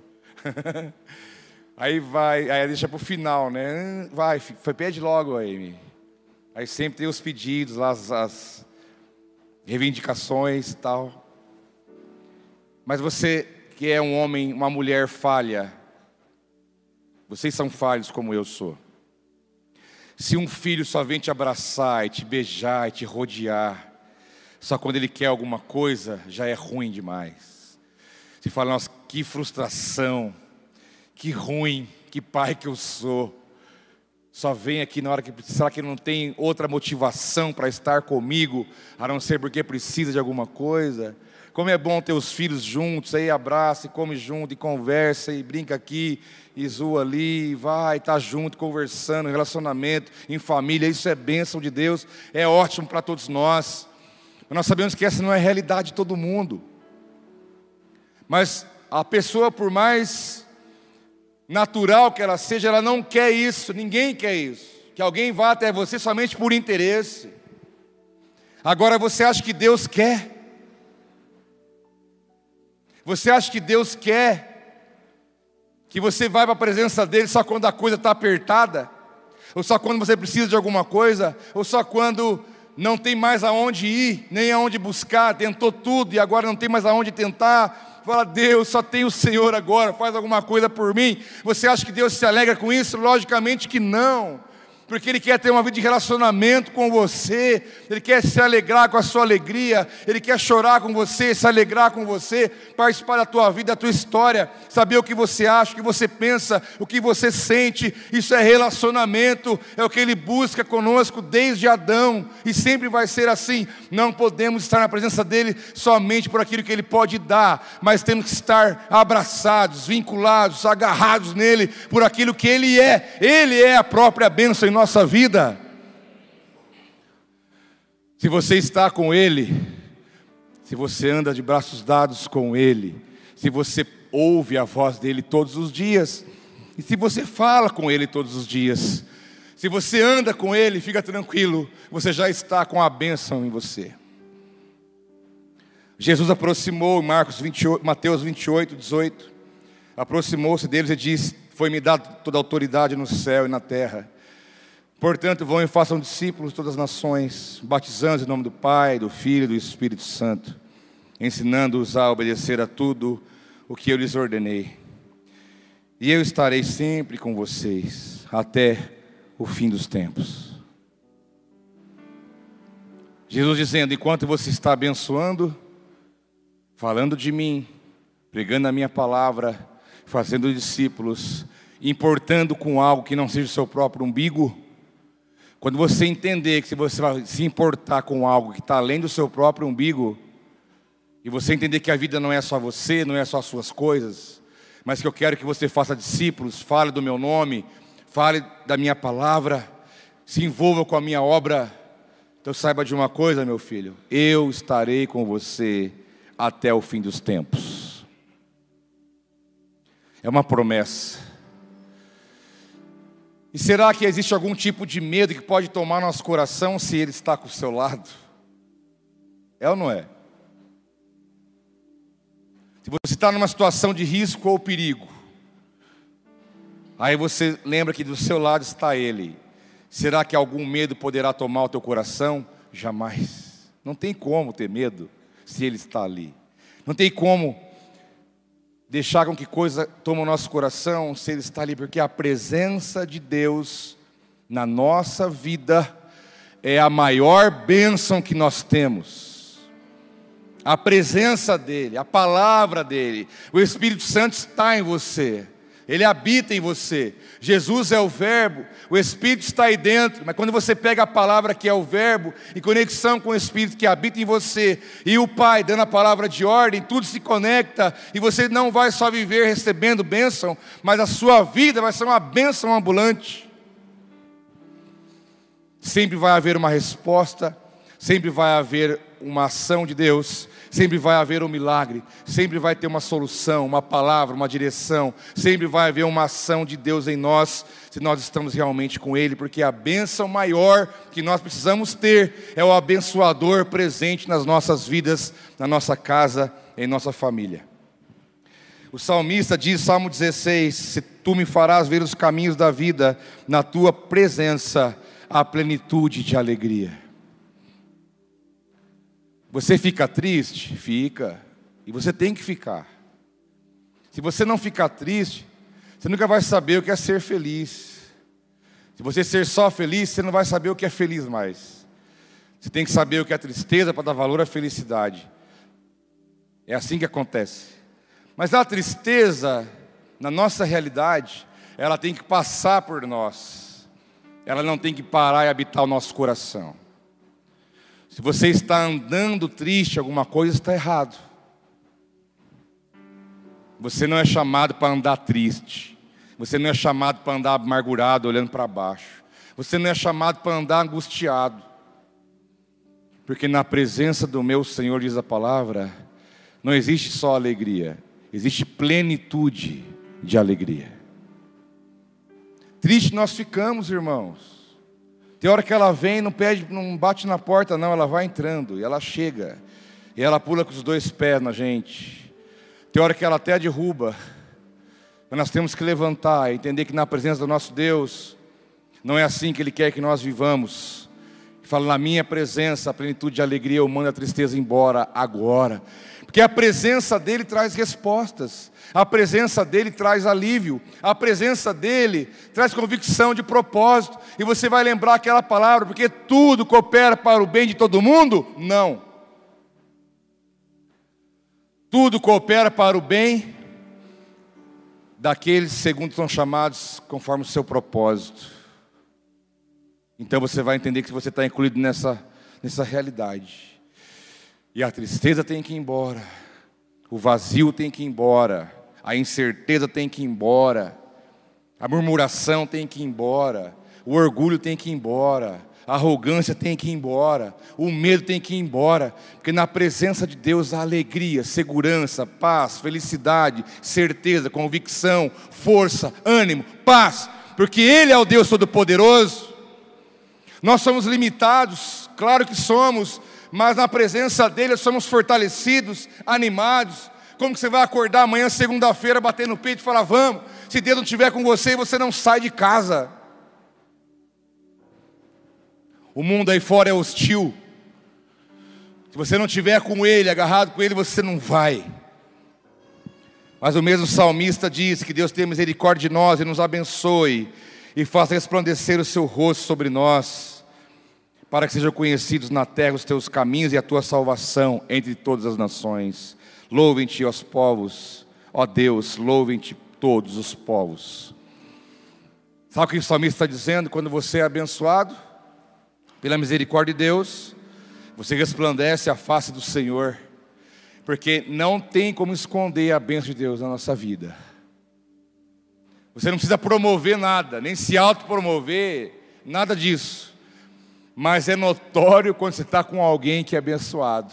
Aí vai, aí deixa para o final, né? Vai, pede logo, Amy. Aí sempre tem os pedidos, lá, as, as reivindicações e tal. Mas você que é um homem, uma mulher falha, vocês são falhos como eu sou. Se um filho só vem te abraçar e te beijar e te rodear, só quando ele quer alguma coisa, já é ruim demais. Você fala: nossa, que frustração, que ruim, que pai que eu sou. Só vem aqui na hora que precisa. Será que não tem outra motivação para estar comigo, a não ser porque precisa de alguma coisa? Como é bom ter os filhos juntos, aí abraça e come junto, e conversa, e brinca aqui, e zoa ali, e vai, está junto, conversando, relacionamento, em família. Isso é bênção de Deus, é ótimo para todos nós. Mas nós sabemos que essa não é a realidade de todo mundo. Mas a pessoa, por mais natural que ela seja, ela não quer isso, ninguém quer isso. que alguém vá até você somente por interesse. Agora você acha que Deus quer? Você acha que Deus quer que você vá para a presença dele só quando a coisa está apertada? Ou só quando você precisa de alguma coisa? Ou só quando não tem mais aonde ir, nem aonde buscar, tentou tudo e agora não tem mais aonde tentar? Fala, Deus, só tem o Senhor agora, faz alguma coisa por mim. Você acha que Deus se alegra com isso? Logicamente que não. Porque Ele quer ter uma vida de relacionamento com você, Ele quer se alegrar com a sua alegria, Ele quer chorar com você, se alegrar com você, participar da tua vida, da tua história, saber o que você acha, o que você pensa, o que você sente. Isso é relacionamento, é o que Ele busca conosco desde Adão, e sempre vai ser assim. Não podemos estar na presença dEle somente por aquilo que Ele pode dar, mas temos que estar abraçados, vinculados, agarrados nele, por aquilo que Ele é. Ele é a própria bênção em nossa vida. Se você está com Ele, se você anda de braços dados com Ele, se você ouve a voz dEle todos os dias, e se você fala com Ele todos os dias, se você anda com Ele, fica tranquilo, você já está com a bênção em você. Jesus aproximou, em Marcos vinte e oito, Mateus vinte e oito, dezoito, aproximou-se deles e disse: foi-me dada toda a autoridade no céu e na terra. Portanto, vão e façam discípulos de todas as nações, batizando em nome do Pai, do Filho e do Espírito Santo, ensinando-os a obedecer a tudo o que eu lhes ordenei. E eu estarei sempre com vocês, até o fim dos tempos. Jesus dizendo: enquanto você está abençoando, falando de mim, pregando a minha palavra, fazendo discípulos, importando com algo que não seja o seu próprio umbigo, quando você entender que se você vai se importar com algo que está além do seu próprio umbigo, e você entender que a vida não é só você, não é só as suas coisas, mas que eu quero que você faça discípulos, fale do meu nome, fale da minha palavra, se envolva com a minha obra, então saiba de uma coisa, meu filho: eu estarei com você até o fim dos tempos. É uma promessa. E será que existe algum tipo de medo que pode tomar nosso coração se Ele está com o seu lado? É ou não é? Se você está numa situação de risco ou perigo, aí você lembra que do seu lado está Ele. Será que algum medo poderá tomar o teu coração? Jamais. Não tem como ter medo se Ele está ali. Não tem como deixar com que coisa tome o nosso coração se Ele está ali, porque a presença de Deus na nossa vida é a maior bênção que nós temos. A presença dEle, a palavra dEle, o Espírito Santo está em você, Ele habita em você. Jesus é o verbo, o Espírito está aí dentro, mas quando você pega a palavra que é o verbo, em conexão com o Espírito que habita em você, e o Pai dando a palavra de ordem, tudo se conecta, e você não vai só viver recebendo bênção, mas a sua vida vai ser uma bênção ambulante. Sempre vai haver uma resposta, sempre vai haver uma ação de Deus, sempre vai haver um milagre, sempre vai ter uma solução, uma palavra, uma direção, sempre vai haver uma ação de Deus em nós, se nós estamos realmente com Ele, porque a bênção maior que nós precisamos ter é o abençoador presente nas nossas vidas, na nossa casa, em nossa família. O salmista diz, Salmo dezesseis, se tu me farás ver os caminhos da vida, na tua presença há plenitude de alegria. Você fica triste? Fica. E você tem que ficar. Se você não ficar triste, você nunca vai saber o que é ser feliz. Se você ser só feliz, você não vai saber o que é feliz mais. Você tem que saber o que é tristeza para dar valor à felicidade. É assim que acontece. Mas a tristeza, na nossa realidade, ela tem que passar por nós. Ela não tem que parar e habitar o nosso coração. Se você está andando triste, alguma coisa está errado. Você não é chamado para andar triste. Você não é chamado para andar amargurado, olhando para baixo. Você não é chamado para andar angustiado. Porque na presença do meu Senhor, diz a palavra, não existe só alegria, existe plenitude de alegria. Triste nós ficamos, irmãos. Tem hora que ela vem, não pede, não bate na porta não, ela vai entrando, e ela chega, e ela pula com os dois pés na gente. Tem hora que ela até derruba, mas nós temos que levantar e entender que na presença do nosso Deus, não é assim que Ele quer que nós vivamos. Ele fala, na minha presença, a plenitude de alegria, eu mando a tristeza embora agora. Porque a presença dEle traz respostas, a presença dEle traz alívio, a presença dEle traz convicção de propósito. E você vai lembrar aquela palavra, porque tudo coopera para o bem de todo mundo? Não. Tudo coopera para o bem daqueles segundo são chamados conforme o seu propósito. Então você vai entender que você está incluído nessa, nessa realidade. E a tristeza tem que ir embora, o vazio tem que ir embora, a incerteza tem que ir embora, a murmuração tem que ir embora, o orgulho tem que ir embora, a arrogância tem que ir embora, o medo tem que ir embora, porque na presença de Deus há alegria, segurança, paz, felicidade, certeza, convicção, força, ânimo, paz, porque Ele é o Deus Todo-Poderoso. Nós somos limitados, claro que somos, mas na presença dEle somos fortalecidos, animados. Como que você vai acordar amanhã, segunda-feira, bater no peito e falar, vamos, se Deus não estiver com você, você não sai de casa. O mundo aí fora é hostil. Se você não estiver com Ele, agarrado com Ele, você não vai. Mas o mesmo salmista diz que Deus tenha misericórdia de nós e nos abençoe, e faça resplandecer o seu rosto sobre nós, para que sejam conhecidos na terra os teus caminhos e a tua salvação entre todas as nações. Louvem-te os povos, ó Deus, louvem-te todos os povos. Sabe o que o salmista está dizendo? Quando você é abençoado pela misericórdia de Deus, você resplandece a face do Senhor, porque não tem como esconder a bênção de Deus na nossa vida. Você não precisa promover nada, nem se autopromover, nada disso. Mas é notório quando você está com alguém que é abençoado.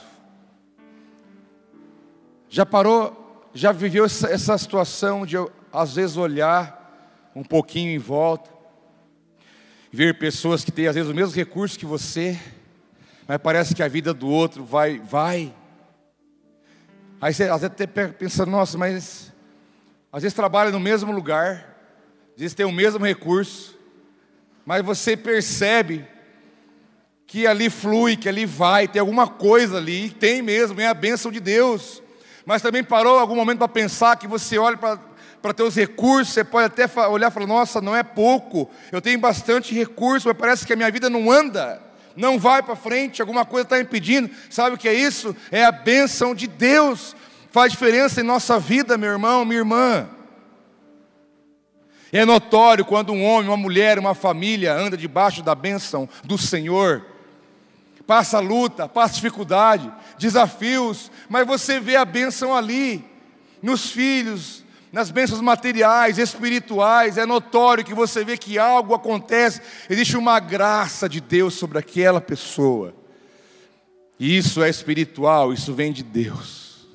Já parou, já viveu essa, essa situação de às vezes olhar um pouquinho em volta, ver pessoas que têm às vezes os mesmos recursos que você, mas parece que a vida do outro vai, vai. Aí você às vezes até pensa, nossa, mas às vezes trabalha no mesmo lugar, às vezes tem o mesmo recurso, mas você percebe que ali flui, que ali vai, tem alguma coisa ali, tem mesmo, é a bênção de Deus. Mas também parou algum momento para pensar que você olha para para teus recursos, você pode até olhar e falar, nossa, não é pouco, eu tenho bastante recurso, mas parece que a minha vida não anda, não vai para frente, alguma coisa está impedindo. Sabe o que é isso? É a bênção de Deus, faz diferença em nossa vida, meu irmão, minha irmã. É notório quando um homem, uma mulher, uma família anda debaixo da bênção do Senhor, passa luta, passa dificuldade, desafios, mas você vê a bênção ali, nos filhos, nas bênçãos materiais, espirituais. É notório que você vê que algo acontece, existe uma graça de Deus sobre aquela pessoa, e isso é espiritual, isso vem de Deus.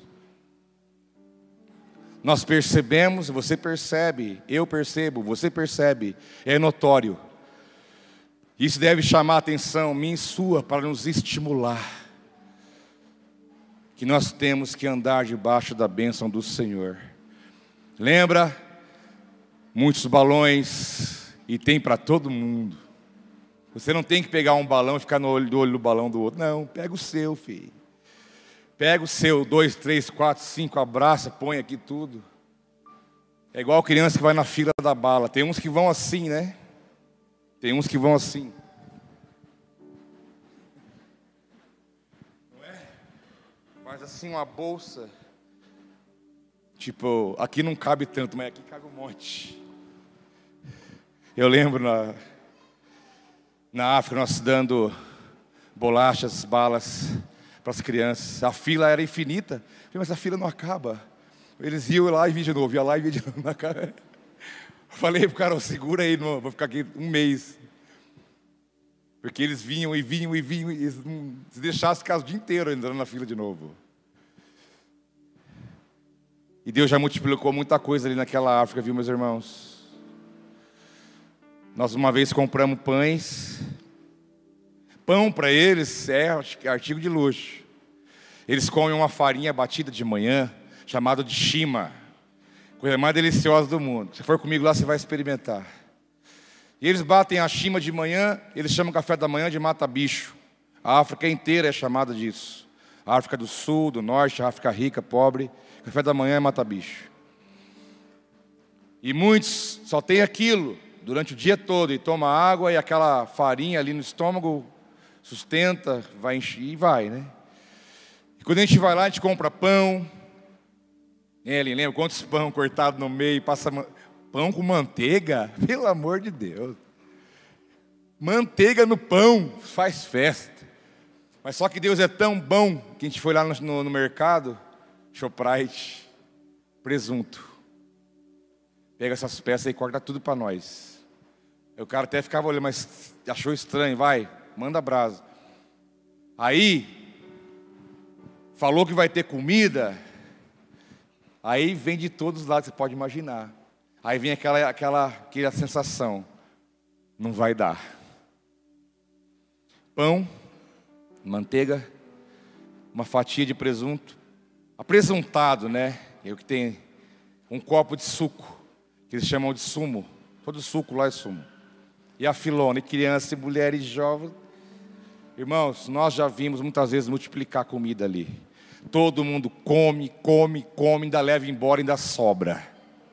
Nós percebemos, você percebe, eu percebo, você percebe, é notório. Isso deve chamar a atenção minha e sua para nos estimular, que nós temos que andar debaixo da bênção do Senhor. Lembra? Muitos balões, e tem para todo mundo. Você não tem que pegar um balão e ficar no olho do olho do balão do outro. Não, pega o seu, filho. Pega o seu, dois, três, quatro, cinco, abraça, põe aqui tudo. É igual criança que vai na fila da bala. Tem uns que vão assim, né? Tem uns que vão assim. Não é? Faz assim uma bolsa. Tipo, aqui não cabe tanto, mas aqui cabe um monte. Eu lembro na, na África, nós dando bolachas, balas para as crianças. A fila era infinita. Mas a fila não acaba. Eles iam lá e vinham de novo. Ia lá e vinham de novo. Falei pro cara, segura aí, não, vou ficar aqui um mês. Porque eles vinham e vinham e vinham, e eles não, se deixassem ficar o dia inteiro entrando na fila de novo. E Deus já multiplicou muita coisa ali naquela África, viu, meus irmãos? Nós uma vez compramos pães Pão para eles é artigo de luxo. Eles comem uma farinha batida de manhã, chamada de shima, coisa mais deliciosa do mundo. Se for comigo lá, você vai experimentar. E eles batem a shima de manhã, eles chamam o café da manhã de mata-bicho. A África inteira é chamada disso. A África do Sul, do Norte, a África rica, pobre, café da manhã é mata-bicho. E muitos só têm aquilo durante o dia todo, e toma água, e aquela farinha ali no estômago sustenta, vai encher e vai, né? E quando a gente vai lá, a gente compra pão. Ele lembra quantos pão cortado no meio, passa pão com manteiga? Pelo amor de Deus. Manteiga no pão, faz festa. Mas só que Deus é tão bom que a gente foi lá no, no, no mercado, Shoprite, presunto. Pega essas peças e corta tudo para nós. Aí o cara até ficava olhando, mas achou estranho, vai, manda brasa. Aí, falou que vai ter comida, aí vem de todos os lados, você pode imaginar. Aí vem aquela, aquela, aquela sensação, não vai dar. Pão, manteiga, uma fatia de presunto, apresuntado, né? Eu que tenho um copo de suco, que eles chamam de sumo. Todo suco lá é sumo. E a filona, criança, mulheres jovens. Irmãos, nós já vimos muitas vezes multiplicar comida ali. Todo mundo come, come, come, ainda leva embora, ainda sobra.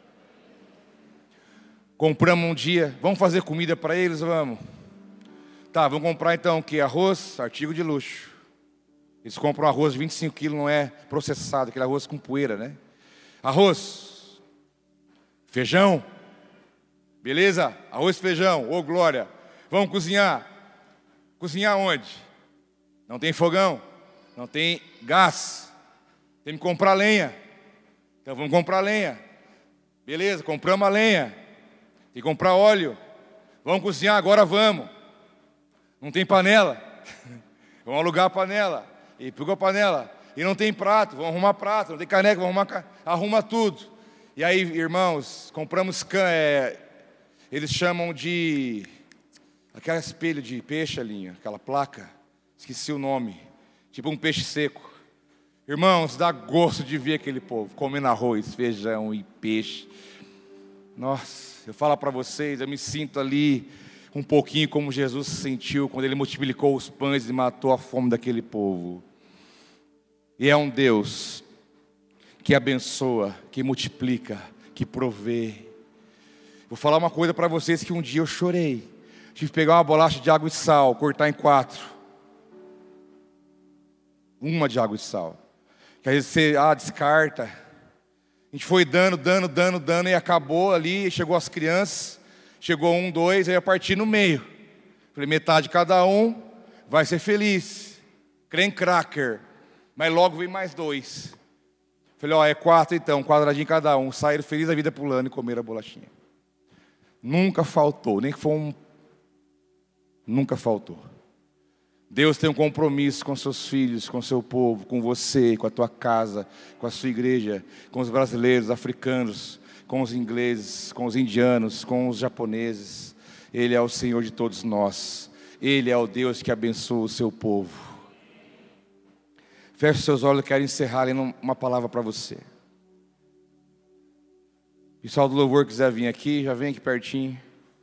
Compramos um dia, vamos fazer comida para eles? Vamos. Tá, vamos comprar então o que? Arroz, artigo de luxo. Eles compram arroz de vinte e cinco quilos, não é processado, aquele arroz com poeira, né? Arroz. Feijão, beleza? Arroz e feijão, ô glória. Vamos cozinhar. Cozinhar onde? Não tem fogão, não tem gás. Tem que comprar lenha. Então vamos comprar lenha. Beleza, compramos a lenha. Tem que comprar óleo. Vamos cozinhar, agora vamos. Não tem panela. Vamos alugar a panela. E pegou a panela. E não tem prato, vamos arrumar prato. Não tem caneca, vamos arrumar, arruma tudo. E aí, irmãos, compramos can, é, eles chamam de aquele espelho de peixe ali, aquela placa, esqueci o nome, tipo um peixe seco. Irmãos, dá gosto de ver aquele povo comendo arroz, feijão e peixe. Nossa, eu falo para vocês, eu me sinto ali um pouquinho como Jesus se sentiu quando Ele multiplicou os pães e matou a fome daquele povo. E é um Deus que abençoa, que multiplica, que provê. Vou falar uma coisa para vocês que um dia eu chorei. Tive que pegar uma bolacha de água e sal, cortar em quatro. Uma de água e sal. Que às vezes você ah, descarta. A gente foi dando, dando, dando, dando e acabou ali, chegou as crianças. Chegou um, dois, aí eu parti no meio. Falei, metade cada um, vai ser feliz. Creme cracker. Mas logo vem mais dois. Falei, ó, é quatro então, um quadradinho cada um. Saíram felizes da vida pulando e comeram a bolachinha. Nunca faltou, nem que foi um... Nunca faltou. Deus tem um compromisso com seus filhos, com seu povo, com você, com a tua casa, com a sua igreja, com os brasileiros, africanos, com os ingleses, com os indianos, com os japoneses. Ele é o Senhor de todos nós. Ele é o Deus que abençoa o seu povo. Feche seus olhos, eu quero encerrar lendo uma palavra para você. O pessoal do louvor quiser vir aqui, já vem aqui pertinho.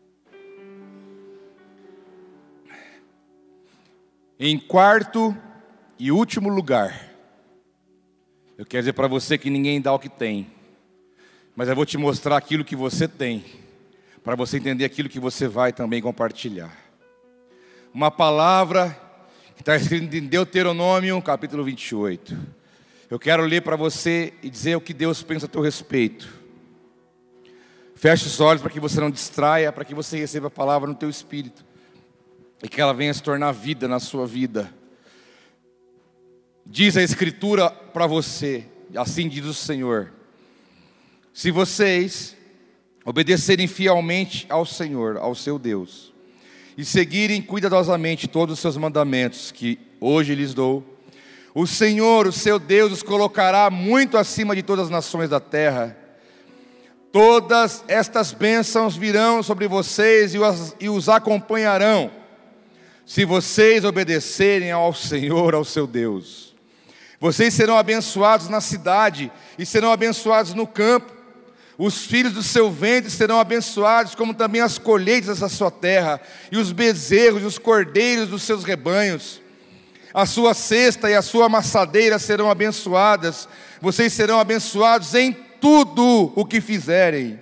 Em quarto e último lugar, eu quero dizer para você que ninguém dá o que tem, mas eu vou te mostrar aquilo que você tem, para você entender aquilo que você vai também compartilhar. Uma palavra que está escrito em Deuteronômio, capítulo vinte e oito. Eu quero ler para você e dizer o que Deus pensa a teu respeito. Feche os olhos para que você não distraia, para que você receba a palavra no teu espírito. E que ela venha se tornar vida na sua vida. Diz a Escritura para você, assim diz o Senhor: se vocês obedecerem fielmente ao Senhor, ao seu Deus, e seguirem cuidadosamente todos os seus mandamentos, que hoje lhes dou, o Senhor, o seu Deus, os colocará muito acima de todas as nações da terra. Todas estas bênçãos virão sobre vocês e os, e os acompanharão. se vocês obedecerem ao Senhor, ao seu Deus. Vocês serão abençoados na cidade e serão abençoados no campo. Os filhos do seu ventre serão abençoados, como também as colheitas da sua terra, e os bezerros e os cordeiros dos seus rebanhos. A sua cesta e a sua amassadeira serão abençoadas. Vocês serão abençoados em tudo o que fizerem.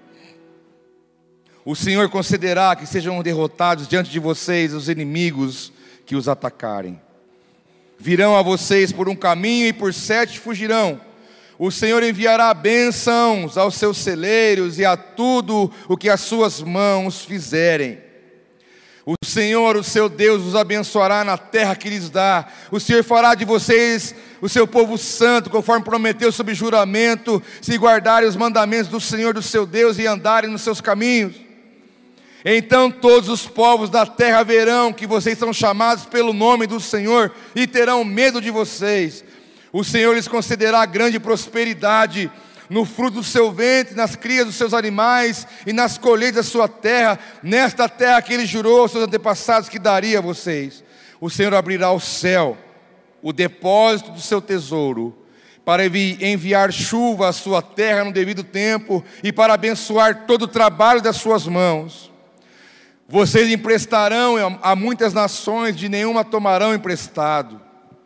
O Senhor concederá que sejam derrotados diante de vocês os inimigos que os atacarem. Virão a vocês por um caminho e por sete fugirão. O Senhor enviará bênçãos aos seus celeiros e a tudo o que as suas mãos fizerem. O Senhor, o seu Deus, os abençoará na terra que lhes dá. O Senhor fará de vocês o seu povo santo, conforme prometeu sob juramento, se guardarem os mandamentos do Senhor, do seu Deus, e andarem nos seus caminhos. Então todos os povos da terra verão que vocês são chamados pelo nome do Senhor e terão medo de vocês. O Senhor lhes concederá grande prosperidade no fruto do seu ventre, nas crias dos seus animais e nas colheitas da sua terra, nesta terra que ele jurou aos seus antepassados que daria a vocês. O Senhor abrirá o céu, o depósito do seu tesouro, para enviar chuva à sua terra no devido tempo e para abençoar todo o trabalho das suas mãos. Vocês emprestarão a muitas nações, de nenhuma tomarão emprestado.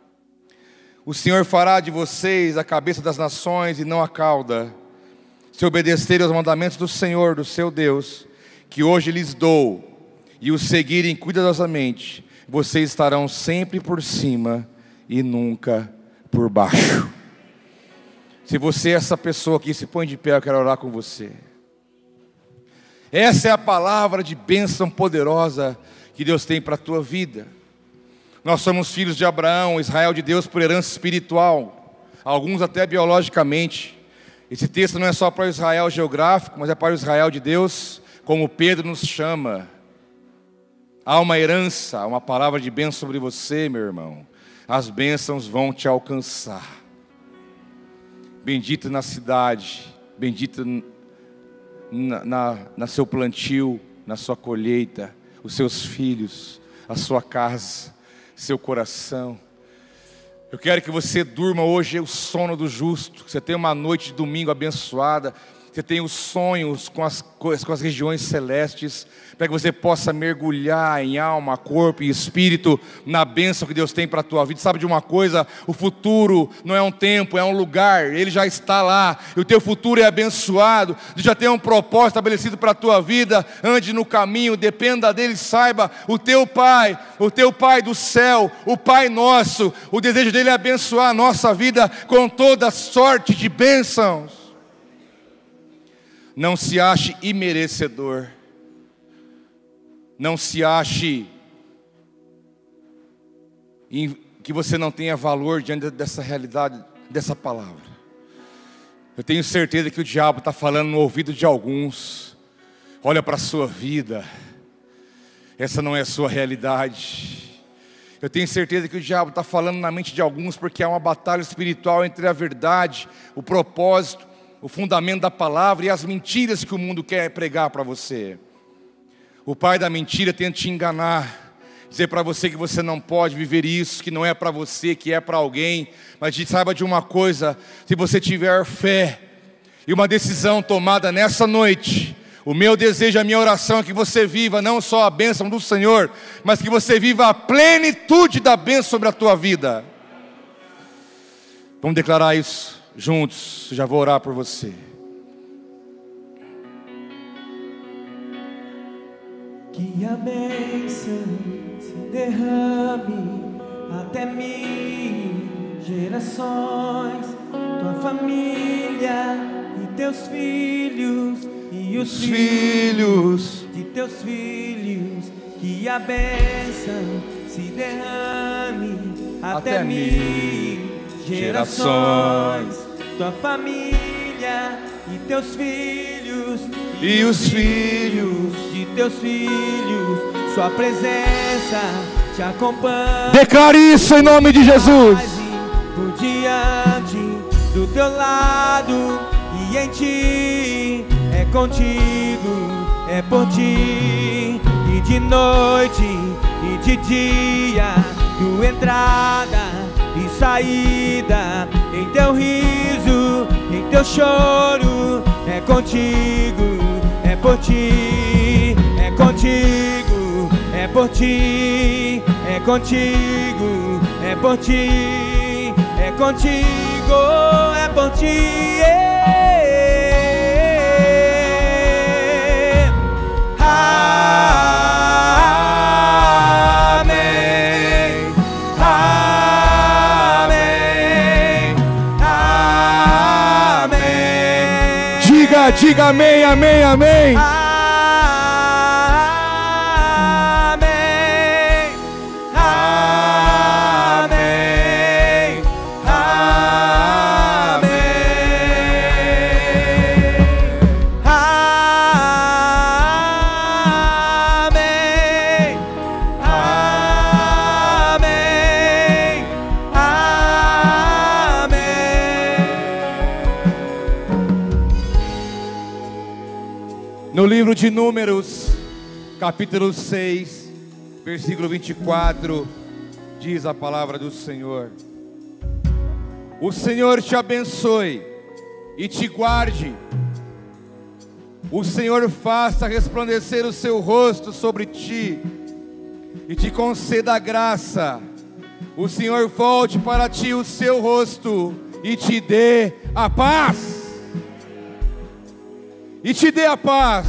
O Senhor fará de vocês a cabeça das nações e não a cauda, se obedecerem aos mandamentos do Senhor, do seu Deus, que hoje lhes dou, e os seguirem cuidadosamente. Vocês estarão sempre por cima e nunca por baixo. Se você é essa pessoa aqui, se põe de pé, eu quero orar com você. Essa é a palavra de bênção poderosa que Deus tem para a tua vida. Nós somos filhos de Abraão, Israel de Deus por herança espiritual, alguns até biologicamente. Esse texto não é só para o Israel geográfico, mas é para o Israel de Deus, como Pedro nos chama. Há uma herança, uma palavra de bênção sobre você, meu irmão. As bênçãos vão te alcançar. Bendito na cidade, bendito na, na, na seu plantio, na sua colheita, os seus filhos, a sua casa, seu coração. Eu quero que você durma hoje o sono do justo, que você tenha uma noite de domingo abençoada, você tenha os sonhos com as, com as regiões celestes, para que você possa mergulhar em alma, corpo e espírito na bênção que Deus tem para a tua vida. Sabe de uma coisa? O futuro não é um tempo, é um lugar. Ele já está lá, e o teu futuro é abençoado. Deus já tem um propósito estabelecido para a tua vida. Ande no caminho, dependa dele. Saiba, o teu Pai, o teu Pai do céu, o Pai nosso, o desejo dele é abençoar a nossa vida com toda sorte de bênçãos. Não se ache imerecedor. Não se ache que você não tenha valor diante dessa realidade, dessa palavra. Eu tenho certeza que o diabo está falando no ouvido de alguns. Olha para a sua vida. Essa não é a sua realidade. Eu tenho certeza que o diabo está falando na mente de alguns, porque há uma batalha espiritual entre a verdade, o propósito, o fundamento da palavra e as mentiras que o mundo quer pregar para você. O pai da mentira tenta te enganar, dizer para você que você não pode viver isso, que não é para você, que é para alguém. Mas saiba de uma coisa: se você tiver fé e uma decisão tomada nessa noite, o meu desejo, a minha oração é que você viva não só a bênção do Senhor, mas que você viva a plenitude da bênção sobre a tua vida. Vamos declarar isso juntos. Já vou orar por você. Que a bênção se derrame até mil gerações, tua família e teus filhos e os, os filhos de teus filhos. Que a bênção se derrame até, até mil gerações, tua família e teus filhos e os filhos de teus filhos, sua presença te acompanha. Declare isso em nome de Jesus. Por diante do teu lado e em ti, é contigo, é por ti, e de noite e de dia, tua entrada e saída, em teu riso, em teu choro, é contigo, é por ti, é contigo, é por ti, é contigo, é por ti, é contigo, é por ti. Amém, amém, amém. Diga, diga amém, amém, amém. No livro de Números, capítulo seis, versículo vinte e quatro, diz a palavra do Senhor: o Senhor te abençoe e te guarde, o Senhor faça resplandecer o seu rosto sobre ti e te conceda graça, o Senhor volte para ti o seu rosto e te dê a paz. E te dê a paz.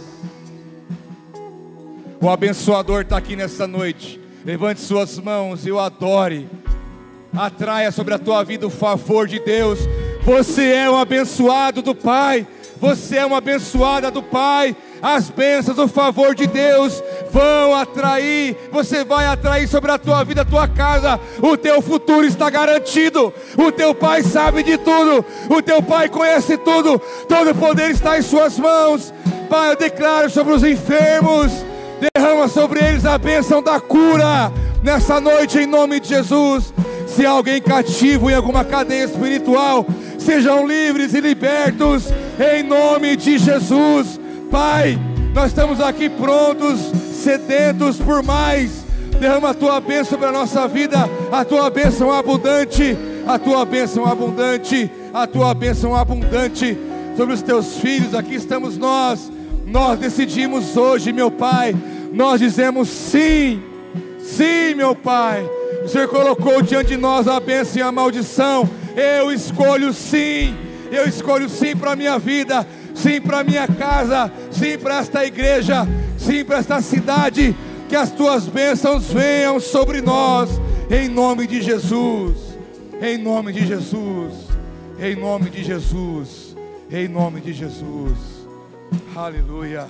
O abençoador está aqui nessa noite. Levante suas mãos e o adore. Atraia sobre a tua vida o favor de Deus. Você é um abençoado do Pai. Você é uma abençoada do Pai. As bênçãos, o favor de Deus vão atrair. Você vai atrair sobre a tua vida, a tua casa. O teu futuro está garantido. O teu Pai sabe de tudo. O teu Pai conhece tudo. Todo o poder está em suas mãos. Pai, eu declaro sobre os enfermos, derrama sobre eles a bênção da cura nessa noite, em nome de Jesus. Se há alguém cativo em alguma cadeia espiritual, sejam livres e libertos em nome de Jesus. Pai, nós estamos aqui prontos, sedentos por mais. Derrama a tua bênção sobre a nossa vida, a tua bênção abundante, a tua bênção abundante, a tua bênção abundante sobre os teus filhos. Aqui estamos nós, nós decidimos hoje, meu Pai, nós dizemos sim, sim, meu Pai. O Senhor colocou diante de nós a bênção e a maldição. Eu escolho sim, eu escolho sim para a minha vida, sim para a minha casa, sim para esta igreja, sim para esta cidade. Que as tuas bênçãos venham sobre nós, em nome de Jesus, em nome de Jesus, em nome de Jesus, em nome de Jesus. Aleluia,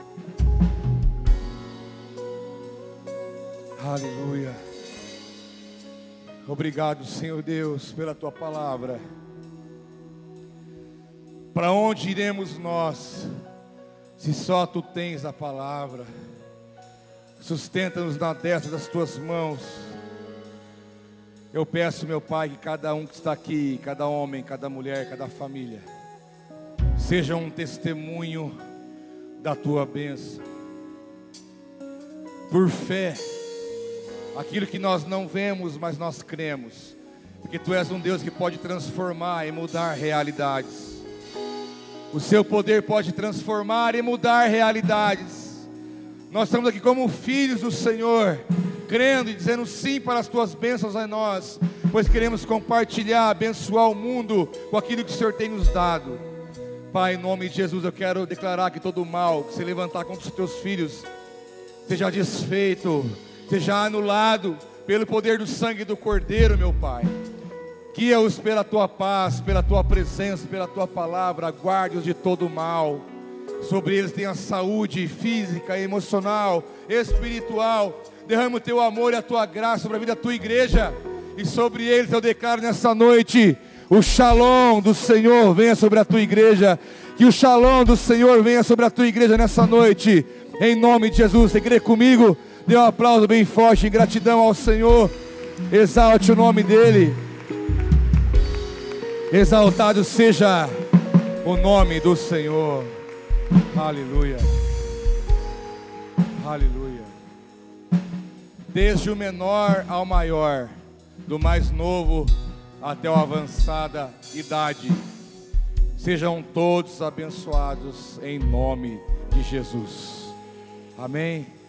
aleluia. Obrigado, Senhor Deus, pela tua palavra. Para onde iremos nós, se só tu tens a palavra? Sustenta-nos na destra das tuas mãos. Eu peço, meu Pai, que cada um que está aqui, cada homem, cada mulher, cada família, seja um testemunho da tua bênção. Por fé, aquilo que nós não vemos, mas nós cremos, porque tu és um Deus que pode transformar e mudar realidades. O seu poder pode transformar e mudar realidades. Nós estamos aqui como filhos do Senhor, crendo e dizendo sim para as tuas bênçãos a nós, pois queremos compartilhar, abençoar o mundo com aquilo que o Senhor tem nos dado. Pai, em nome de Jesus, eu quero declarar que todo o mal que se levantar contra os teus filhos seja desfeito, seja anulado pelo poder do sangue do Cordeiro, meu Pai. Guia-os pela tua paz, pela tua presença, pela tua palavra. Guarde-os de todo o mal. Sobre eles tenha saúde física, emocional, espiritual. Derrama o teu amor e a tua graça sobre a vida da tua igreja. E sobre eles eu declaro nessa noite: o shalom do Senhor venha sobre a tua igreja. Que o shalom do Senhor venha sobre a tua igreja nessa noite, em nome de Jesus. Você crê comigo? Dê um aplauso bem forte em gratidão ao Senhor. Exalte o nome dEle. Exaltado seja o nome do Senhor. Aleluia. Aleluia. desde o menor ao maior, do mais novo até a avançada idade. Sejam todos abençoados em nome de Jesus. Amém.